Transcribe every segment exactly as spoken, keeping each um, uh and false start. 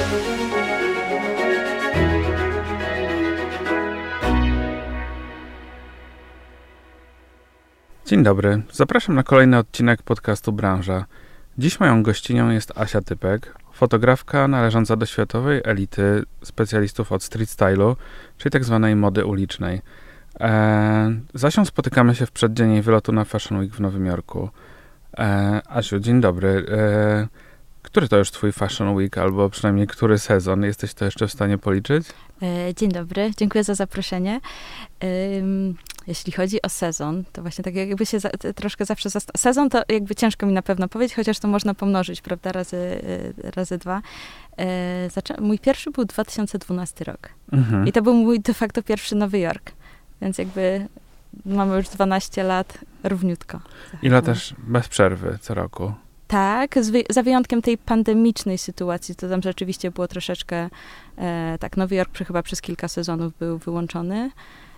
Dzień dobry, zapraszam na kolejny odcinek podcastu Branża. Dziś moją gościnią jest Asia Typek, fotografka należąca do światowej elity specjalistów od street stylu, czyli tak zwanej mody ulicznej. Eee, z Asią spotykamy się w przeddzień jej wylotu na Fashion Week w Nowym Jorku. Eee, Asiu, dzień dobry. Eee, który to już twój Fashion Week, albo przynajmniej który sezon? Jesteś to jeszcze w stanie policzyć? E, dzień dobry, dziękuję za zaproszenie. Ym, jeśli chodzi o sezon, to właśnie tak jakby się za, troszkę zawsze... Zast- sezon to jakby ciężko mi na pewno powiedzieć, chociaż to można pomnożyć, prawda, razy, y, razy dwa. E, zaczę- mój pierwszy był dwa tysiące dwunasty rok. Mhm. I to był mój de facto pierwszy Nowy Jork. Więc jakby mamy już dwanaście lat równiutko. I latasz bez przerwy co roku? Tak, z wy- za wyjątkiem tej pandemicznej sytuacji, to tam rzeczywiście było troszeczkę, e, tak, Nowy Jork przy, chyba przez kilka sezonów był wyłączony,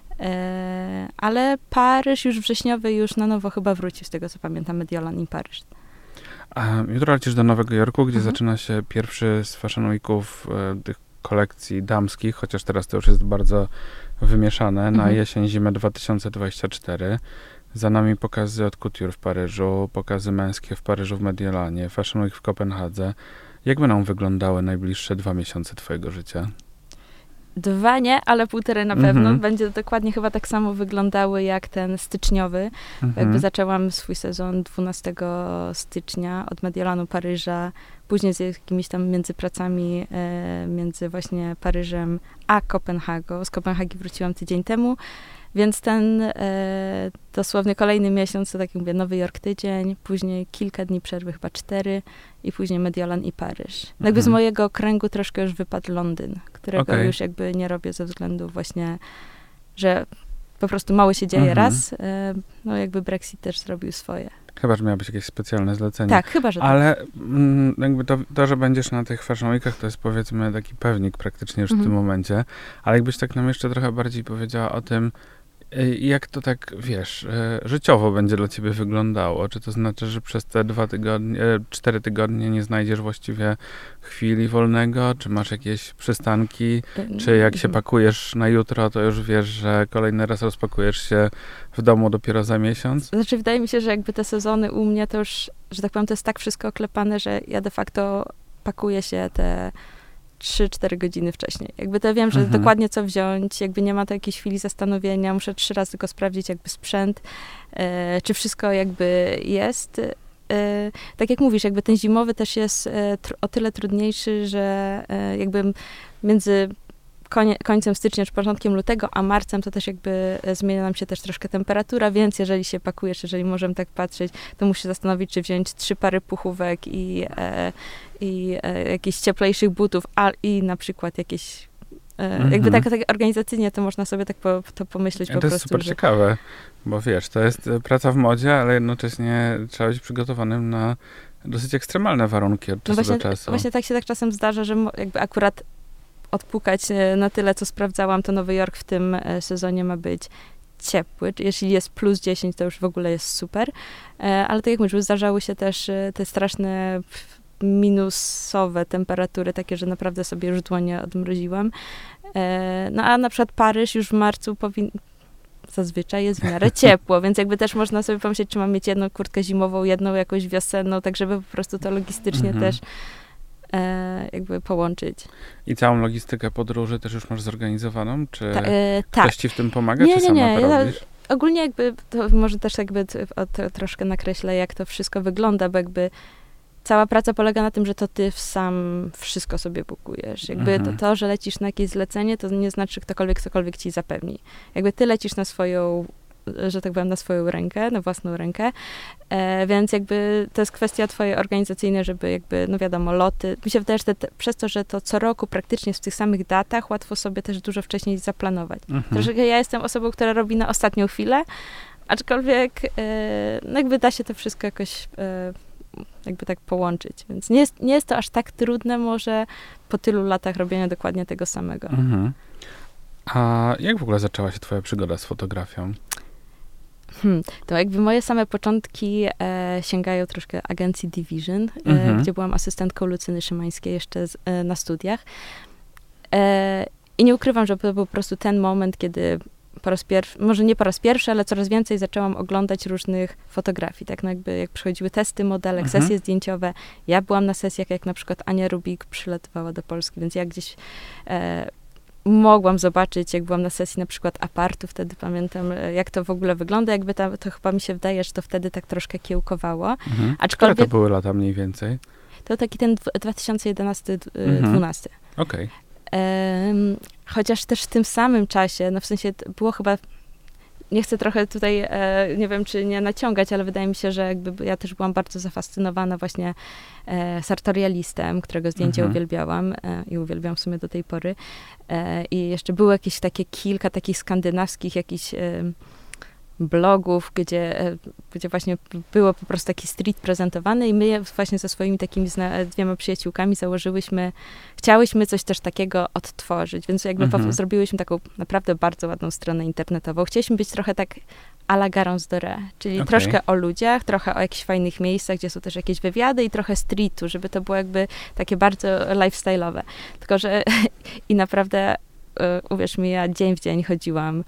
e, ale Paryż już wrześniowy już na nowo chyba wróci, z tego co pamiętam, Mediolan i Paryż. A jutro lecisz do Nowego Jorku, gdzie mhm. zaczyna się pierwszy z Fashion Weeków e, tych kolekcji damskich, chociaż teraz to już jest bardzo wymieszane, mhm. na jesień-zimę dwa tysiące dwudziesty czwarty. Za nami pokazy od Couture w Paryżu, pokazy męskie w Paryżu w Mediolanie, Fashion Week w Kopenhadze. Jak będą wyglądały najbliższe dwa miesiące twojego życia? Dwa nie, ale półtorej na pewno. Mhm. Będzie dokładnie chyba tak samo wyglądały jak ten styczniowy. Mhm. Jakby zaczęłam swój sezon dwunastego stycznia od Mediolanu, Paryża, później z jakimiś tam międzypracami e, między właśnie Paryżem a Kopenhagą. Z Kopenhagi wróciłam tydzień temu. Więc ten e, dosłownie kolejny miesiąc, to tak jak mówię, Nowy Jork tydzień, później kilka dni przerwy, chyba cztery, i później Mediolan i Paryż. Mhm. Jakby z mojego kręgu troszkę już wypadł Londyn, którego okay. już jakby nie robię ze względu właśnie, że po prostu mało się dzieje mhm. raz. E, no jakby Brexit też zrobił swoje. Chyba, że miałabyś jakieś specjalne zlecenie. Tak, chyba, że Ale tak. m, jakby to, to, że będziesz na tych Fashion Weekach, to jest powiedzmy taki pewnik praktycznie już mhm. w tym momencie. Ale jakbyś tak nam jeszcze trochę bardziej powiedziała o tym, jak to tak, wiesz, życiowo będzie dla ciebie wyglądało? Czy to znaczy, że przez te dwa tygodnie, cztery tygodnie nie znajdziesz właściwie chwili wolnego? Czy masz jakieś przystanki? Czy jak się pakujesz na jutro, to już wiesz, że kolejny raz rozpakujesz się w domu dopiero za miesiąc? Znaczy, wydaje mi się, że jakby te sezony u mnie to już, że tak powiem, to jest tak wszystko oklepane, że ja de facto pakuję się te trzy cztery godziny wcześniej. Jakby to wiem, że mhm. dokładnie co wziąć, jakby nie ma to jakiejś chwili zastanowienia, muszę trzy razy tylko sprawdzić jakby sprzęt, e, czy wszystko jakby jest. E, tak jak mówisz, jakby ten zimowy też jest e, tr- o tyle trudniejszy, że e, jakby między konie, końcem stycznia czy początkiem lutego, a marcem to też jakby zmienia nam się też troszkę temperatura, więc jeżeli się pakujesz, jeżeli możemy tak patrzeć, to muszę się zastanowić, czy wziąć trzy pary puchówek i, e, i e, jakichś cieplejszych butów, a i na przykład jakieś e, mm-hmm. jakby tak, tak organizacyjnie to można sobie tak po, to pomyśleć ja po to prostu. jest super że... ciekawe, bo wiesz, to jest praca w modzie, ale jednocześnie trzeba być przygotowanym na dosyć ekstremalne warunki od czasu no właśnie, do czasu. Właśnie tak się tak czasem zdarza, że jakby akurat odpukać na tyle, co sprawdzałam, to Nowy Jork w tym sezonie ma być ciepły. Jeśli jest plus dziesięć, to już w ogóle jest super. Ale tak jak mówisz, zdarzały się też te straszne minusowe temperatury, takie, że naprawdę sobie już dłonie odmroziłam. No a na przykład Paryż już w marcu powinien... zazwyczaj jest w miarę ciepło, więc jakby też można sobie pomyśleć, czy mam mieć jedną kurtkę zimową, jedną jakąś wiosenną, tak żeby po prostu to logistycznie mhm. też E, jakby połączyć. I całą logistykę podróży też już masz zorganizowaną? Czy Ta, e, ktoś tak. ci w tym pomaga, nie, czy nie, sama nie. to Ja, robisz? ogólnie jakby, to może też jakby t, t, troszkę nakreślę, jak to wszystko wygląda, bo jakby cała praca polega na tym, że to ty sam wszystko sobie bukujesz. Jakby mhm. to, to, że lecisz na jakieś zlecenie, to nie znaczy, że ktokolwiek cokolwiek ci zapewni. Jakby ty lecisz na swoją, że tak powiem, na swoją rękę, na własną rękę, e, więc jakby to jest kwestia twojej organizacyjnej, żeby jakby, no wiadomo, loty. Mi się wydaje, że te, te, przez to, że to co roku praktycznie w tych samych datach, łatwo sobie też dużo wcześniej zaplanować. Mhm. Troszkę ja jestem osobą, która robi na ostatnią chwilę, aczkolwiek e, no jakby da się to wszystko jakoś e, jakby tak połączyć, więc nie jest, nie jest to aż tak trudne może po tylu latach robienia dokładnie tego samego. Mhm. A jak w ogóle zaczęła się twoja przygoda z fotografią? Hmm, to jakby moje same początki e, sięgają troszkę agencji Division, e, Mhm. gdzie byłam asystentką Lucyny Szymańskiej jeszcze z, e, na studiach. E, I nie ukrywam, że to był po prostu ten moment, kiedy po raz pierwszy, może nie po raz pierwszy, ale coraz więcej zaczęłam oglądać różnych fotografii, tak, no jakby jak przychodziły testy modelek, Mhm. sesje zdjęciowe. Ja byłam na sesjach, jak na przykład Ania Rubik przylatywała do Polski, więc ja gdzieś e, mogłam zobaczyć, jak byłam na sesji na przykład Apartu, wtedy pamiętam, e, jak to w ogóle wygląda, jakby ta, to chyba mi się wydaje, że to wtedy tak troszkę kiełkowało. Mhm. Które Aczkolwiek to były lata mniej więcej? to taki ten dwa tysiące jedenasty Mhm. dwa tysiące dwunasty. Okej. Em, chociaż też w tym samym czasie, no w sensie t- było chyba, nie chcę trochę tutaj, e, nie wiem czy nie naciągać, ale wydaje mi się, że jakby ja też byłam bardzo zafascynowana właśnie e, sartorialistem, którego zdjęcie Mhm. uwielbiałam e, i uwielbiam w sumie do tej pory. E, I jeszcze było jakieś takie kilka takich skandynawskich jakichś e, blogów, gdzie, e, gdzie właśnie było po prostu taki street prezentowany i my właśnie ze swoimi takimi zna- dwiema przyjaciółkami założyłyśmy, chciałyśmy coś też takiego odtworzyć, więc jakby Mhm. po, zrobiłyśmy taką naprawdę bardzo ładną stronę internetową. Chcieliśmy być trochę tak à la Garance Doré, czyli Okej. troszkę o ludziach, trochę o jakichś fajnych miejscach, gdzie są też jakieś wywiady i trochę streetu, żeby to było jakby takie bardzo lifestyle'owe. Tylko, że i naprawdę, e, uwierz mi, ja dzień w dzień chodziłam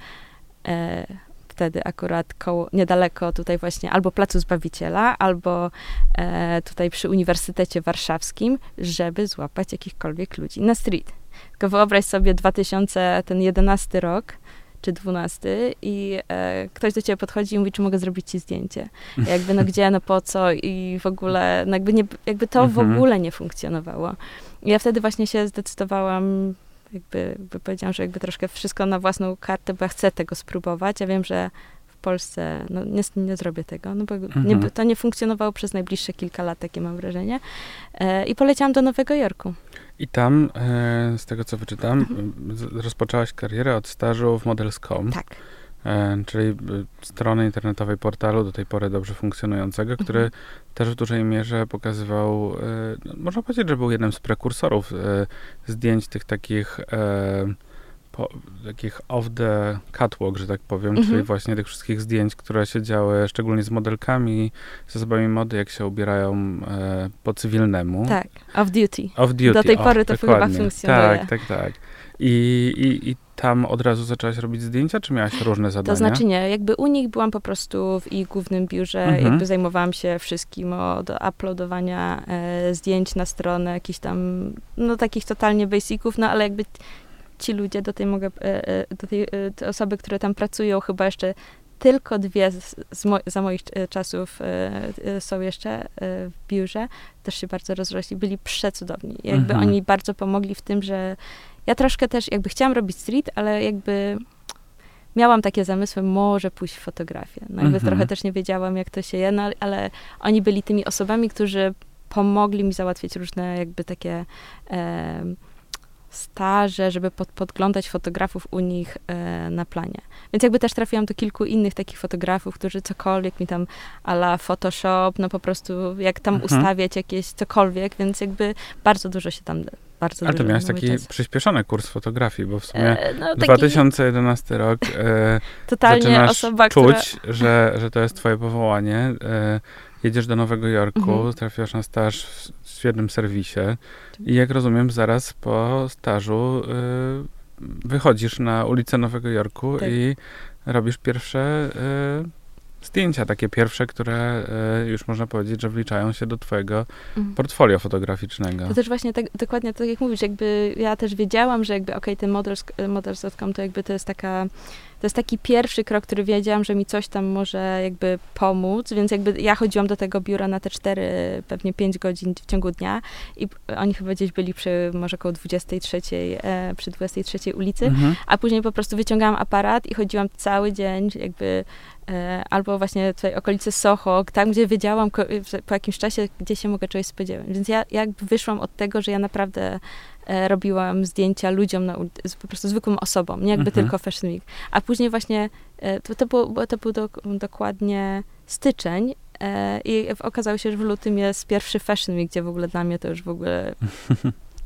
e, wtedy akurat koło, niedaleko tutaj właśnie albo Placu Zbawiciela, albo e, tutaj przy Uniwersytecie Warszawskim, żeby złapać jakichkolwiek ludzi na street. Tylko wyobraź sobie dwa tysiące jedenasty rok, czy dwunasty i e, ktoś do ciebie podchodzi i mówi, czy mogę zrobić ci zdjęcie. I jakby no gdzie, no po co i w ogóle, no jakby, nie, jakby to w Mhm. ogóle nie funkcjonowało. I ja wtedy właśnie się zdecydowałam, jakby, jakby powiedziałam, że jakby troszkę wszystko na własną kartę, bo ja chcę tego spróbować. Ja wiem, że w Polsce no, nie, nie zrobię tego, no bo Mhm. nie, to nie funkcjonowało przez najbliższe kilka lat, takie mam wrażenie. E, I poleciałam do Nowego Jorku. I tam, e, z tego co wyczytam, z, rozpoczęłaś karierę od stażu w models kropka com, Tak. e, czyli e, strony internetowej portalu do tej pory dobrze funkcjonującego, który Mhm. też w dużej mierze pokazywał, e, no, można powiedzieć, że był jednym z prekursorów e, zdjęć tych takich e, po, takich off the catwalk, że tak powiem, Mhm. czyli właśnie tych wszystkich zdjęć, które się działy, szczególnie z modelkami, z osobami mody, jak się ubierają e, po cywilnemu. Tak, off duty. Off duty. Do tej o, pory to chyba dokładnie. funkcjonuje. Tak, tak, tak. I, i, I tam od razu zaczęłaś robić zdjęcia, czy miałaś różne zadania? To znaczy nie, jakby u nich byłam po prostu w ich głównym biurze, Mhm. jakby zajmowałam się wszystkim od uploadowania e, zdjęć na stronę, jakichś tam, no takich totalnie basiców, no ale jakby ci ludzie, do tej, mogę, e, e, do tej e, te osoby, które tam pracują, chyba jeszcze tylko dwie z, z mo- za moich e, czasów e, e, są jeszcze e, w biurze, też się bardzo rozrośli, byli przecudowni. I jakby Mhm. oni bardzo pomogli w tym, że ja troszkę też jakby chciałam robić street, ale jakby miałam takie zamysły, może pójść w fotografię. No jakby Mhm. trochę też nie wiedziałam, jak to się je, no, ale oni byli tymi osobami, którzy pomogli mi załatwić różne jakby takie e, staże, żeby pod, podglądać fotografów u nich e, na planie. Więc jakby też trafiłam do kilku innych takich fotografów, którzy cokolwiek mi tam a la Photoshop, no po prostu jak tam Mhm. ustawiać jakieś cokolwiek, więc jakby bardzo dużo się tam, bardzo Ale to dużo miałeś mamy taki czasu. przyspieszony kurs fotografii, bo w sumie E, no, taki dwa tysiące jedenasty rok e, totalnie zaczynasz osoba, czuć, że, że to jest twoje powołanie. E, jedziesz do Nowego Jorku, Mhm. trafiasz na staż w, w jednym serwisie i jak rozumiem, zaraz po stażu e, wychodzisz na ulicę Nowego Jorku Tak. i robisz pierwsze e, zdjęcia, takie pierwsze, które e, już można powiedzieć, że wliczają się do twojego Mhm. portfolio fotograficznego. To też właśnie tak, dokładnie tak jak mówisz, jakby ja też wiedziałam, że jakby okej, ten models, models kropka com to jakby to jest taka, to jest taki pierwszy krok, który wiedziałam, że mi coś tam może jakby pomóc, więc jakby ja chodziłam do tego biura na te cztery, pewnie pięć godzin w ciągu dnia i oni chyba gdzieś byli przy może około dwudziestej trzeciej, e, przy dwudziestej trzeciej ulicy, Mhm. a później po prostu wyciągałam aparat i chodziłam cały dzień jakby e, albo właśnie tutaj okolice Soho, tam gdzie wiedziałam ko- że po jakimś czasie, gdzie się mogę czegoś spodziewać. Więc ja jakby wyszłam od tego, że ja naprawdę e, robiłam zdjęcia ludziom, na ulicy, z- po prostu zwykłym osobom, nie jakby Mhm. tylko Fashion Week. A później właśnie, e, to, to, było, to był do, dokładnie styczeń e, i okazało się, że w lutym jest pierwszy Fashion Week, gdzie w ogóle dla mnie to już w ogóle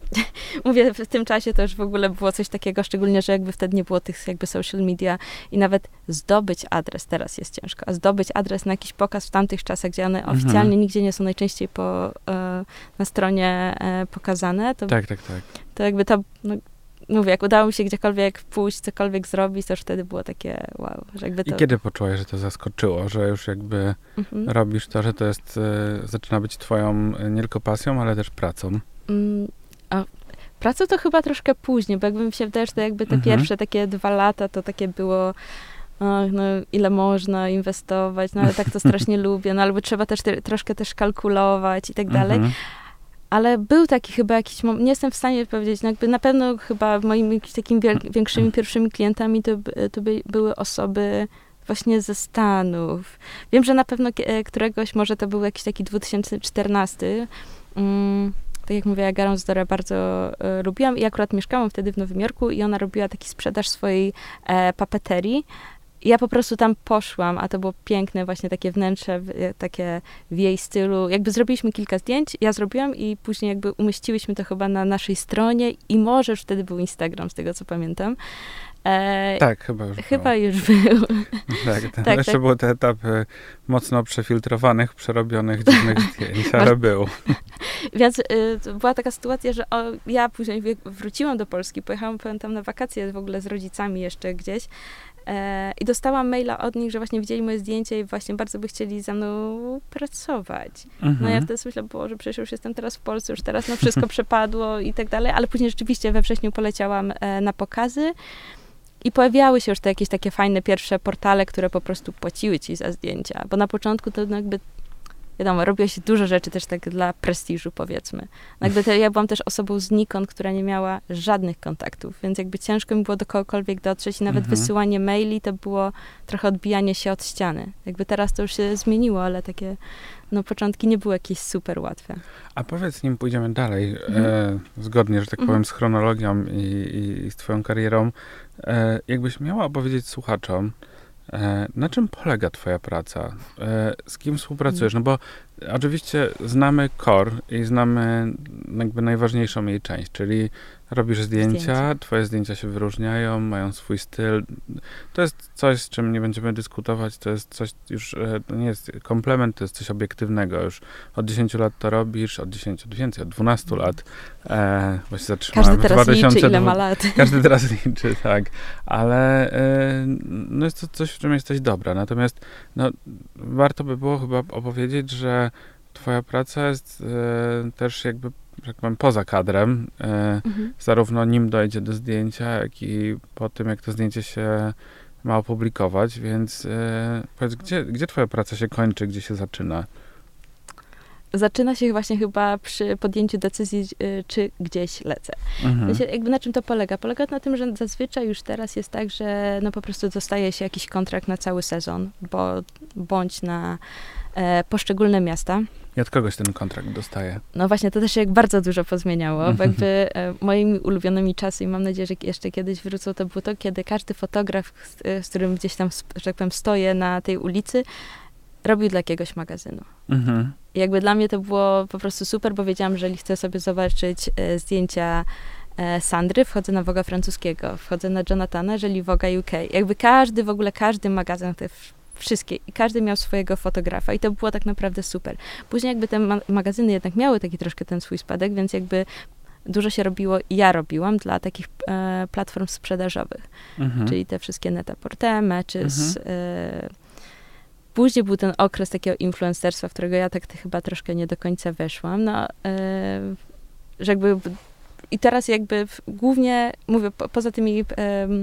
mówię, w tym czasie to już w ogóle było coś takiego, szczególnie, że jakby wtedy nie było tych jakby social media i nawet zdobyć adres teraz jest ciężko, a zdobyć adres na jakiś pokaz w tamtych czasach, gdzie one mhm. oficjalnie nigdzie nie są najczęściej po, e, na stronie e, pokazane, to, tak, tak, tak. to jakby to, no, mówię, jak udało mi się gdziekolwiek pójść, cokolwiek zrobić, to już wtedy było takie wow, że jakby to... I kiedy poczułaś, że to zaskoczyło, że już jakby mhm. robisz to, że to jest, e, zaczyna być twoją nie tylko pasją, ale też pracą? Mm, a pracą to chyba troszkę później, bo jakby mi się wydaje, że to jakby te mhm. pierwsze takie dwa lata to takie było ach, no ile można inwestować, no ale tak to strasznie lubię, no albo trzeba też te, troszkę też kalkulować i tak dalej. Mhm. Ale był taki chyba jakiś moment, nie jestem w stanie powiedzieć, no jakby na pewno chyba moimi jakimiś takimi większymi pierwszymi klientami to, to by, były osoby właśnie ze Stanów. Wiem, że na pewno któregoś, może to był jakiś taki dwa tysiące czternasty, um, tak jak mówię, ja Garą Zdorę bardzo e, lubiłam i akurat mieszkałam wtedy w Nowym Jorku i ona robiła taki sprzedaż swojej e, papeterii. I ja po prostu tam poszłam, a to było piękne właśnie takie wnętrze, takie w jej stylu. Jakby zrobiliśmy kilka zdjęć, ja zrobiłam i później jakby umieściłyśmy to chyba na naszej stronie i może już wtedy był Instagram, z tego co pamiętam. E, tak, chyba już Chyba był. już był. Tak, ten, tak jeszcze tak. były te etapy mocno przefiltrowanych, przerobionych, dziwnych zdjęć, ale był. Więc y, była taka sytuacja, że o, ja później wróciłam do Polski, pojechałam pamiętam na wakacje w ogóle z rodzicami jeszcze gdzieś e, i dostałam maila od nich, że właśnie widzieli moje zdjęcie i właśnie bardzo by chcieli ze mną pracować. Mhm. No ja wtedy myślę, Boże, przecież już jestem teraz w Polsce, już teraz no wszystko przepadło i tak dalej, ale później rzeczywiście we wrześniu poleciałam e, na pokazy. I pojawiały się już te jakieś takie fajne pierwsze portale, które po prostu płaciły ci za zdjęcia, bo na początku to no jakby, wiadomo, robiło się dużo rzeczy też tak dla prestiżu, powiedzmy. No jakby to, ja byłam też osobą znikąd, która nie miała żadnych kontaktów, więc jakby ciężko mi było do kogokolwiek dotrzeć i nawet mhm. wysyłanie maili to było trochę odbijanie się od ściany. Jakby teraz to już się zmieniło, ale takie, no początki nie były jakieś super łatwe. A powiedz, nim pójdziemy dalej, mhm. e, zgodnie, że tak mhm. powiem, z chronologią i, i, i z twoją karierą, e, jakbyś miała opowiedzieć słuchaczom, e, na czym polega twoja praca? E, z kim współpracujesz? No bo oczywiście znamy core i znamy jakby najważniejszą jej część, czyli robisz zdjęcia, zdjęcia, twoje zdjęcia się wyróżniają, mają swój styl. To jest coś, z czym nie będziemy dyskutować, to jest coś już, to nie jest komplement, to jest coś obiektywnego. Już od dziesięciu lat to robisz, od dziesięciu, od więcej, od dwunastu lat. E, właśnie zatrzymałem. Każdy teraz liczy, ile ma lat. Każdy teraz liczy, tak. Ale e, no jest to coś, w czym jesteś dobra. Natomiast no, warto by było chyba opowiedzieć, że twoja praca jest e, też jakby, że tak powiem, poza kadrem. E, mhm. Zarówno nim dojdzie do zdjęcia, jak i po tym, jak to zdjęcie się ma opublikować. Więc e, powiedz, gdzie, gdzie twoja praca się kończy, gdzie się zaczyna? Zaczyna się właśnie chyba przy podjęciu decyzji, y, czy gdzieś lecę. Mhm. Wiecie, jakby na czym to polega? Polega na tym, że zazwyczaj już teraz jest tak, że no po prostu dostaje się jakiś kontrakt na cały sezon, bo bądź na e, poszczególne miasta. I od kogoś ten kontrakt dostaje? No właśnie, to też się jak bardzo dużo pozmieniało, bo jakby e, moimi ulubionymi czasy i mam nadzieję, że jeszcze kiedyś wrócą, to było to, kiedy każdy fotograf, z, z którym gdzieś tam, że tak powiem, stoję na tej ulicy, robił dla jakiegoś magazynu. Mhm. I jakby dla mnie to było po prostu super, bo wiedziałam, że jeżeli chcę sobie zobaczyć e, zdjęcia e, Sandry, wchodzę na Vogue'a francuskiego, wchodzę na Jonathana, jeżeli Vogue'a U K. Jakby każdy, w ogóle każdy magazyn, te wszystkie, i każdy miał swojego fotografa i to było tak naprawdę super. Później jakby te ma- magazyny jednak miały taki troszkę ten swój spadek, więc jakby dużo się robiło i ja robiłam dla takich e, platform sprzedażowych, mhm. czyli te wszystkie Net-a-Porter, Matches, mhm. e, Później był ten okres takiego influencerstwa, w którego ja tak chyba troszkę nie do końca weszłam. No, yy, że jakby i teraz jakby w, głównie, mówię, po, poza tymi yy,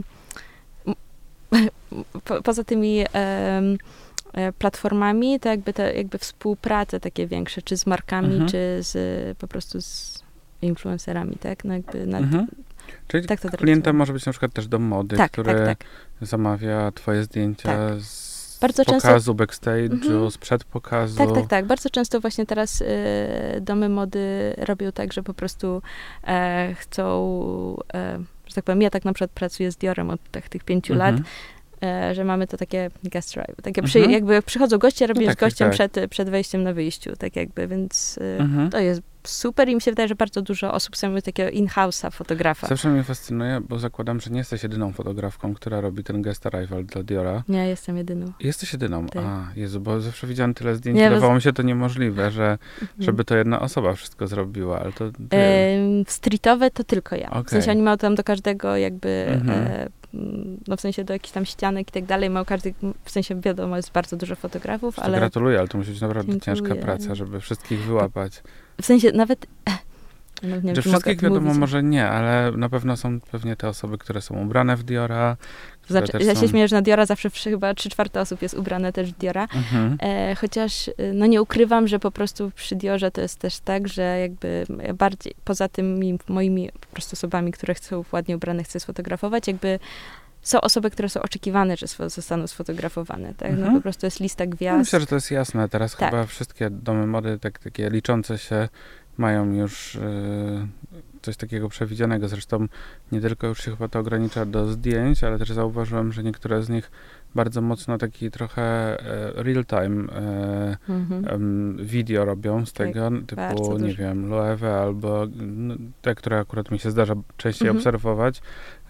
po, poza tymi yy, platformami, to jakby te jakby współprace takie większe, czy z markami, mhm. czy z po prostu z influencerami, tak? No jakby na, mhm. Czyli tak to klientem może być na przykład też dom mody, tak, który tak, tak. zamawia twoje zdjęcia tak. z Bardzo pokazu, często, backstage'u, mm-hmm. sprzed pokazu. Tak, tak, tak. Bardzo często właśnie teraz y, domy mody robią tak, że po prostu e, chcą, e, że tak powiem, ja tak na przykład pracuję z Diorem od tak, tych pięciu mm-hmm. lat, e, że mamy to takie guest drive. Takie przy, Mhm. jakby przychodzą goście, robimy No z tak, gościem tak. przed, przed wejściem na wyjściu, tak jakby, więc e, Mhm. to jest super i mi się wydaje, że bardzo dużo osób sobie takiego in-house'a fotografa. Zawsze mnie fascynuje, bo zakładam, że nie jesteś jedyną fotografką, która robi ten guest arrival dla Diora. Nie, jestem jedyną. Jesteś jedyną. Tak. A, Jezu, bo zawsze widziałam tyle zdjęć, Nie, bo wydawało z- mi się to niemożliwe, że Mhm. żeby to jedna osoba wszystko zrobiła, ale to ty. Em, streetowe to tylko ja. W Okej. sensie oni mają tam do każdego jakby, Mhm. e, mm, no w sensie do jakichś tam ścianek i tak dalej, mają każdy, w sensie wiadomo, jest bardzo dużo fotografów, To ale gratuluję, ale to musi być naprawdę Dziękuję. ciężka praca, żeby wszystkich wyłapać. w sensie nawet, no, nie wiem, Że czy mogę wszystkich wiadomo mówić. może nie, ale na pewno są pewnie te osoby, które są ubrane w Diora. które Znaczy, też ja są... się śmieję, że na Diora zawsze wszy- chyba trzy czwarte osób jest ubrane też w Diora. Mhm. E, chociaż y, no nie ukrywam, że po prostu przy Diorze to jest też tak, że jakby ja bardziej poza tymi moimi po prostu osobami, które chcą ładnie ubrane, chcę sfotografować, jakby są osoby, które są oczekiwane, że sfo- zostaną sfotografowane, tak? Mhm. No po prostu jest lista No gwiazd. myślę, że to jest jasne. Teraz Tak. chyba wszystkie domy mody, tak, takie liczące się, mają już y, coś takiego przewidzianego. Zresztą nie tylko już się chyba to ogranicza do zdjęć, ale też zauważyłem, że niektóre z nich bardzo mocno taki trochę e, real-time e, Mhm. em, video robią z Tak, tego, bardzo typu, nie dużo. wiem, Loewe albo no, te, które akurat mi się zdarza częściej Mhm. obserwować,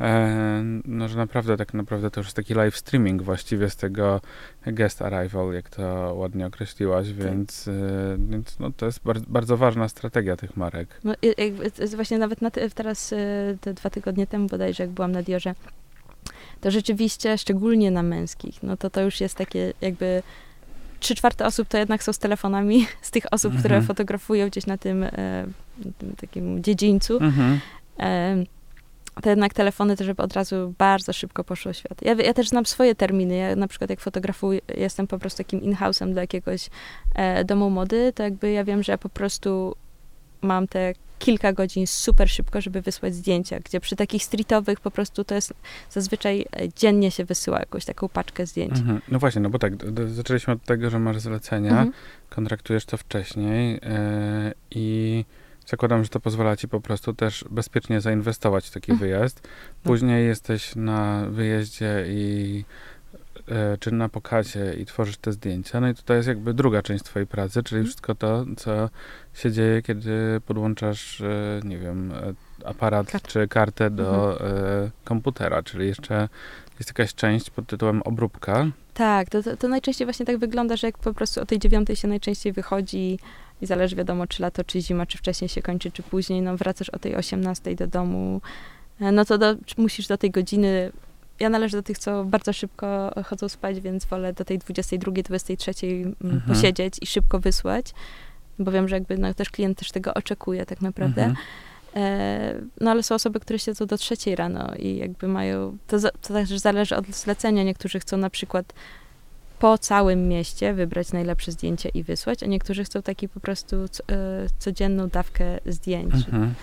e, no, że naprawdę tak naprawdę to już jest taki live streaming właściwie z tego guest arrival, jak to ładnie określiłaś, więc, e, więc no, to jest bardzo, bardzo ważna strategia tych marek. No, i- jakby to jest właśnie nawet na te, teraz, y, te dwa tygodnie temu bodajże, jak byłam na Diorze, to rzeczywiście, szczególnie na męskich, no to to już jest takie jakby trzy czwarte osób to jednak są z telefonami, z tych osób, które Mhm. fotografują gdzieś na tym, e, na tym takim dziedzińcu. Mhm. E, to jednak telefony to, żeby od razu bardzo szybko poszło w świat. Ja, ja też znam swoje terminy. Ja na przykład jak fotografuję, jestem po prostu takim in-house'em dla jakiegoś e, domu mody, to jakby ja wiem, że ja po prostu mam te kilka godzin super szybko, żeby wysłać zdjęcia, gdzie przy takich streetowych po prostu to jest zazwyczaj e, dziennie się wysyła jakąś taką paczkę zdjęć. Mhm. No właśnie, no bo tak, d- d- zaczęliśmy od tego, że masz zlecenia, Mhm. kontraktujesz to wcześniej e, i zakładam, że to pozwala ci po prostu też bezpiecznie zainwestować w taki Mhm. wyjazd. Później jesteś na wyjeździe i e, czy na pokazie i tworzysz te zdjęcia. No i tutaj jest jakby druga część twojej pracy, czyli Mhm. wszystko to, co się dzieje, kiedy podłączasz, e, nie wiem, e, aparat Kartę. czy kartę do e, komputera, czyli jeszcze jest jakaś część pod tytułem obróbka. Tak, to, to, to najczęściej właśnie tak wygląda, że jak po prostu o tej dziewiątej się najczęściej wychodzi i zależy wiadomo, czy lato, czy zima, czy wcześniej się kończy, czy później, no wracasz o tej osiemnastej do domu, e, no to do, musisz do tej godziny, ja należę do tych, co bardzo szybko chodzą spać, więc wolę do tej dwudziestej drugiej, dwudziestej trzeciej mm, Mhm. posiedzieć i szybko wysłać, bo wiem, że jakby no, też klient też tego oczekuje tak naprawdę. Mhm. E, no ale są osoby, które siedzą do trzeciej rano i jakby mają, to, za, to też zależy od zlecenia. Niektórzy chcą na przykład po całym mieście wybrać najlepsze zdjęcie i wysłać, a niektórzy chcą taki po prostu co, e, codzienną dawkę zdjęć. Mhm.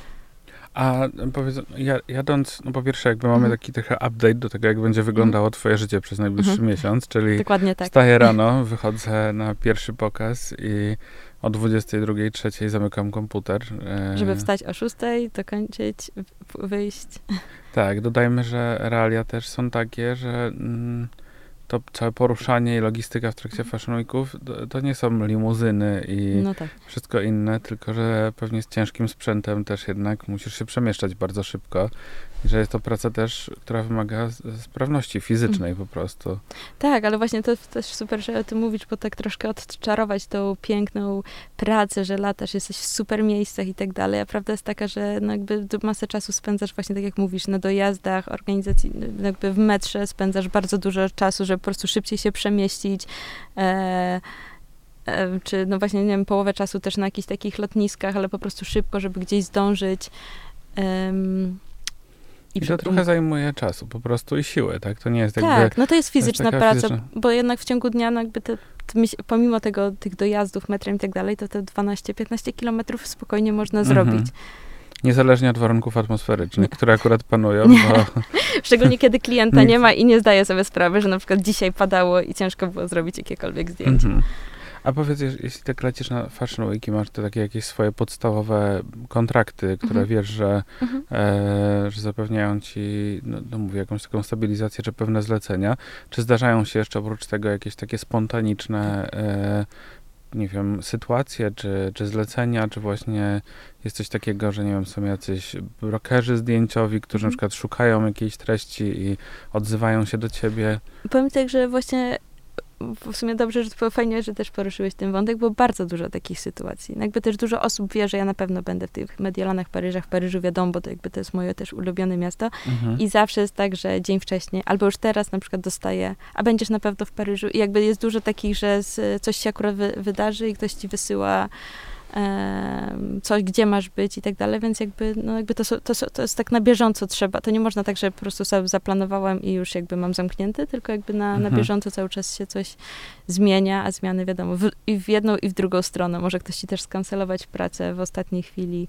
A powiedz, ja- jadąc, no po pierwsze jakby mamy Mhm. taki trochę update do tego, jak będzie wyglądało twoje życie przez najbliższy Mhm. miesiąc, czyli Dokładnie tak. wstaję rano, wychodzę na pierwszy pokaz i o dwudziestej drugiej, trzeciej zamykam komputer. e, Żeby wstać o szóstej, dokończyć, w- wyjść. Tak, dodajmy, że realia też są takie, że mm, to całe poruszanie i logistyka w trakcie Fashion Weeków to, to nie są limuzyny i No tak. wszystko inne, tylko że pewnie z ciężkim sprzętem też jednak musisz się przemieszczać bardzo szybko i że jest to praca też, która wymaga z- sprawności fizycznej po prostu. Tak, ale właśnie to też super, że o tym mówisz, bo tak troszkę odczarować tą piękną pracę, że latasz, jesteś w super miejscach i tak dalej, a prawda jest taka, że no jakby d- masę czasu spędzasz właśnie tak jak mówisz, na dojazdach, organizacji, no jakby w metrze spędzasz bardzo dużo czasu, żeby po prostu szybciej się przemieścić, e, e, czy no właśnie, nie wiem, połowę czasu też na jakichś takich lotniskach, ale po prostu szybko, żeby gdzieś zdążyć. Em, I to przy- trochę zajmuje czasu po prostu i siły, tak? To nie jest jakby... Tak, no to jest fizyczna taka praca, fizyczna- bo jednak w ciągu dnia, no jakby te, te, miś- pomimo tego, tych dojazdów metrem i tak dalej, to te dwanaście piętnaście kilometrów spokojnie można Mhm. zrobić. Niezależnie od warunków atmosferycznych, Nie. które akurat panują, Nie. bo... Szczególnie kiedy klienta Nie nie chcę. ma i nie zdaje sobie sprawy, że na przykład dzisiaj padało i ciężko było zrobić jakiekolwiek zdjęcie. Mhm. A powiedz, jeśli tak lecisz na Fashion Weeki, masz te takie jakieś swoje podstawowe kontrakty, które mhm. wiesz, że, mhm. e, że zapewniają ci, no, no mówię, jakąś taką stabilizację, czy pewne zlecenia. Czy zdarzają się jeszcze oprócz tego jakieś takie spontaniczne e, nie wiem, sytuacje, czy, czy zlecenia, czy właśnie jest coś takiego, że nie wiem, są jacyś brokerzy zdjęciowi, którzy mm. na przykład szukają jakiejś treści i odzywają się do ciebie? Powiem tak, że właśnie w sumie dobrze, że to fajnie, że też poruszyłeś ten wątek, bo bardzo dużo takich sytuacji. No jakby też dużo osób wie, że ja na pewno będę w tych Mediolanach Paryża, w Paryżu wiadomo, bo to jakby to jest moje też ulubione miasto. Mhm. I zawsze jest tak, że dzień wcześniej, albo już teraz na przykład dostaję, a będziesz na pewno w Paryżu. I jakby jest dużo takich, że z, coś się akurat wy, wydarzy i ktoś ci wysyła coś, gdzie masz być i tak dalej, więc jakby, no jakby to, to, to jest tak na bieżąco trzeba. To nie można tak, że po prostu sobie zaplanowałam i już jakby mam zamknięty, tylko jakby na, mhm. na bieżąco cały czas się coś zmienia, a zmiany wiadomo, w, i w jedną i w drugą stronę. Może ktoś ci też skancelować pracę w ostatniej chwili.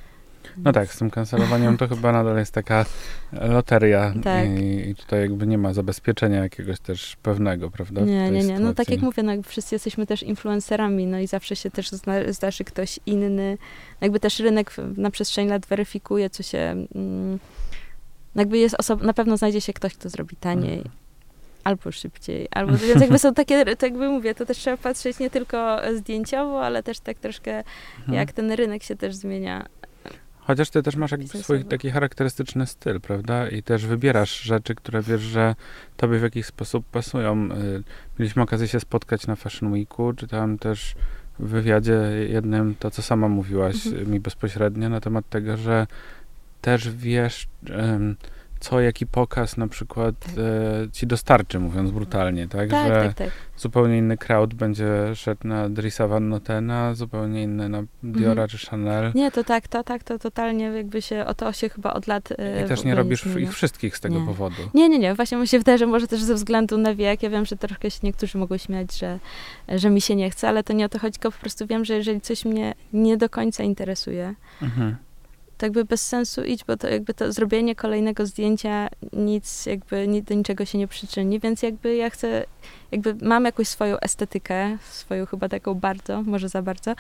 No tak, z tym kancelowaniem to chyba nadal jest taka loteria tak. i, i tutaj jakby nie ma zabezpieczenia jakiegoś też pewnego, prawda? Nie, nie, nie. No tak jak mówię, no wszyscy jesteśmy też influencerami, no i zawsze się też zna, zdarzy ktoś inny. Jakby też rynek na przestrzeni lat weryfikuje, co się... Mm, jakby jest osoba, na pewno znajdzie się ktoś, kto zrobi taniej. Mhm. Albo szybciej, albo, więc jakby są takie, tak jakby mówię, to też trzeba patrzeć nie tylko zdjęciowo, ale też tak troszkę, mhm. jak ten rynek się też zmienia. Chociaż ty też masz jakiś swój taki charakterystyczny styl, prawda? I też wybierasz rzeczy, które wiesz, że tobie w jakiś sposób pasują. Mieliśmy okazję się spotkać na Fashion Weeku, czytałem też w wywiadzie jednym to, co sama mówiłaś mhm. mi bezpośrednio na temat tego, że też wiesz, um, co, jaki pokaz na przykład tak. e, ci dostarczy, mówiąc brutalnie, tak? Tak, że tak, tak. zupełnie inny crowd będzie szedł na Drissa Van Notena, zupełnie inny na Diora mhm. czy Chanel. Nie, to tak, to tak, to totalnie jakby się, o to się chyba od lat e, I też nie robisz nie ich wszystkich z tego nie. powodu. Nie, nie, nie, właśnie mi się wydaje, że może też ze względu na wiek, ja wiem, że troszkę się niektórzy mogą śmiać, że, że mi się nie chce, ale to nie o to chodzi, tylko po prostu wiem, że jeżeli coś mnie nie do końca interesuje, mhm. to jakby bez sensu iść, bo to jakby to zrobienie kolejnego zdjęcia nic jakby ni, do niczego się nie przyczyni, więc jakby ja chcę, jakby mam jakąś swoją estetykę, swoją chyba taką bardzo, może za bardzo,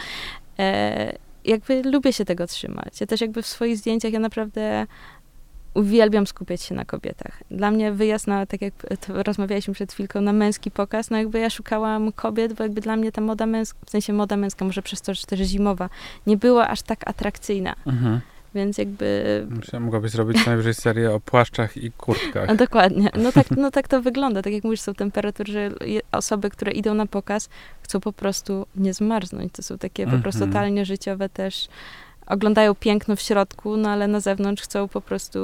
e, jakby lubię się tego trzymać. Ja też jakby w swoich zdjęciach ja naprawdę uwielbiam skupiać się na kobietach. Dla mnie wyjazd na, tak jak to rozmawialiśmy przed chwilką, na męski pokaz, no jakby ja szukałam kobiet, bo jakby dla mnie ta moda męska, w sensie moda męska, może przez to, że też zimowa, nie była aż tak atrakcyjna. Mhm. Więc jakby... Myślę, mogłabyś zrobić najwyżej serię o płaszczach i kurtkach. A dokładnie. No tak, no tak to wygląda. Tak jak mówisz, są temperatury, że osoby, które idą na pokaz, chcą po prostu nie zmarznąć. To są takie po prostu totalnie życiowe też. Oglądają piękno w środku, no ale na zewnątrz chcą po prostu...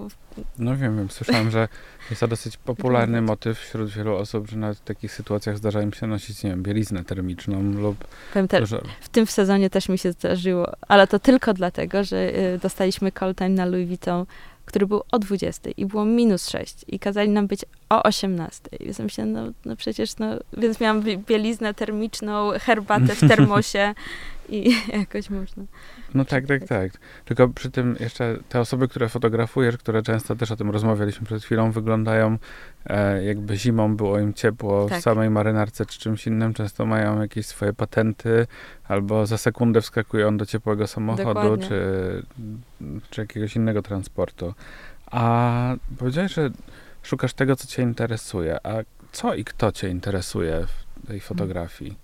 No wiem, wiem. Słyszałam, że jest to dosyć popularny motyw wśród wielu osób, że nawet w takich sytuacjach zdarza im się nosić, nie wiem, bieliznę termiczną lub... Powiem te, w tym sezonie też mi się zdarzyło, ale to tylko dlatego, że y, dostaliśmy call time na Louis Vuitton, który był o dwudziestej i było minus sześć i kazali nam być o osiemnastej. Więc myślę, no, no przecież, no, więc miałam bieliznę termiczną, herbatę w termosie i jakoś można. No tak, tak, tak. Tylko przy tym jeszcze te osoby, które fotografujesz, które często też o tym rozmawialiśmy przed chwilą, wyglądają e, jakby zimą było im ciepło tak. w samej marynarce czy czymś innym. Często mają jakieś swoje patenty albo za sekundę wskakują do ciepłego samochodu czy, czy jakiegoś innego transportu. A powiedziałeś, że szukasz tego, co cię interesuje. A co i kto cię interesuje w tej fotografii?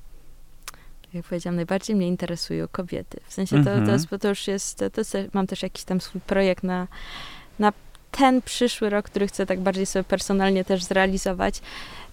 Jak powiedziałam, najbardziej mnie interesują kobiety. W sensie to, to, jest, to już jest, to jest, mam też jakiś tam swój projekt na, na ten przyszły rok, który chcę tak bardziej sobie personalnie też zrealizować.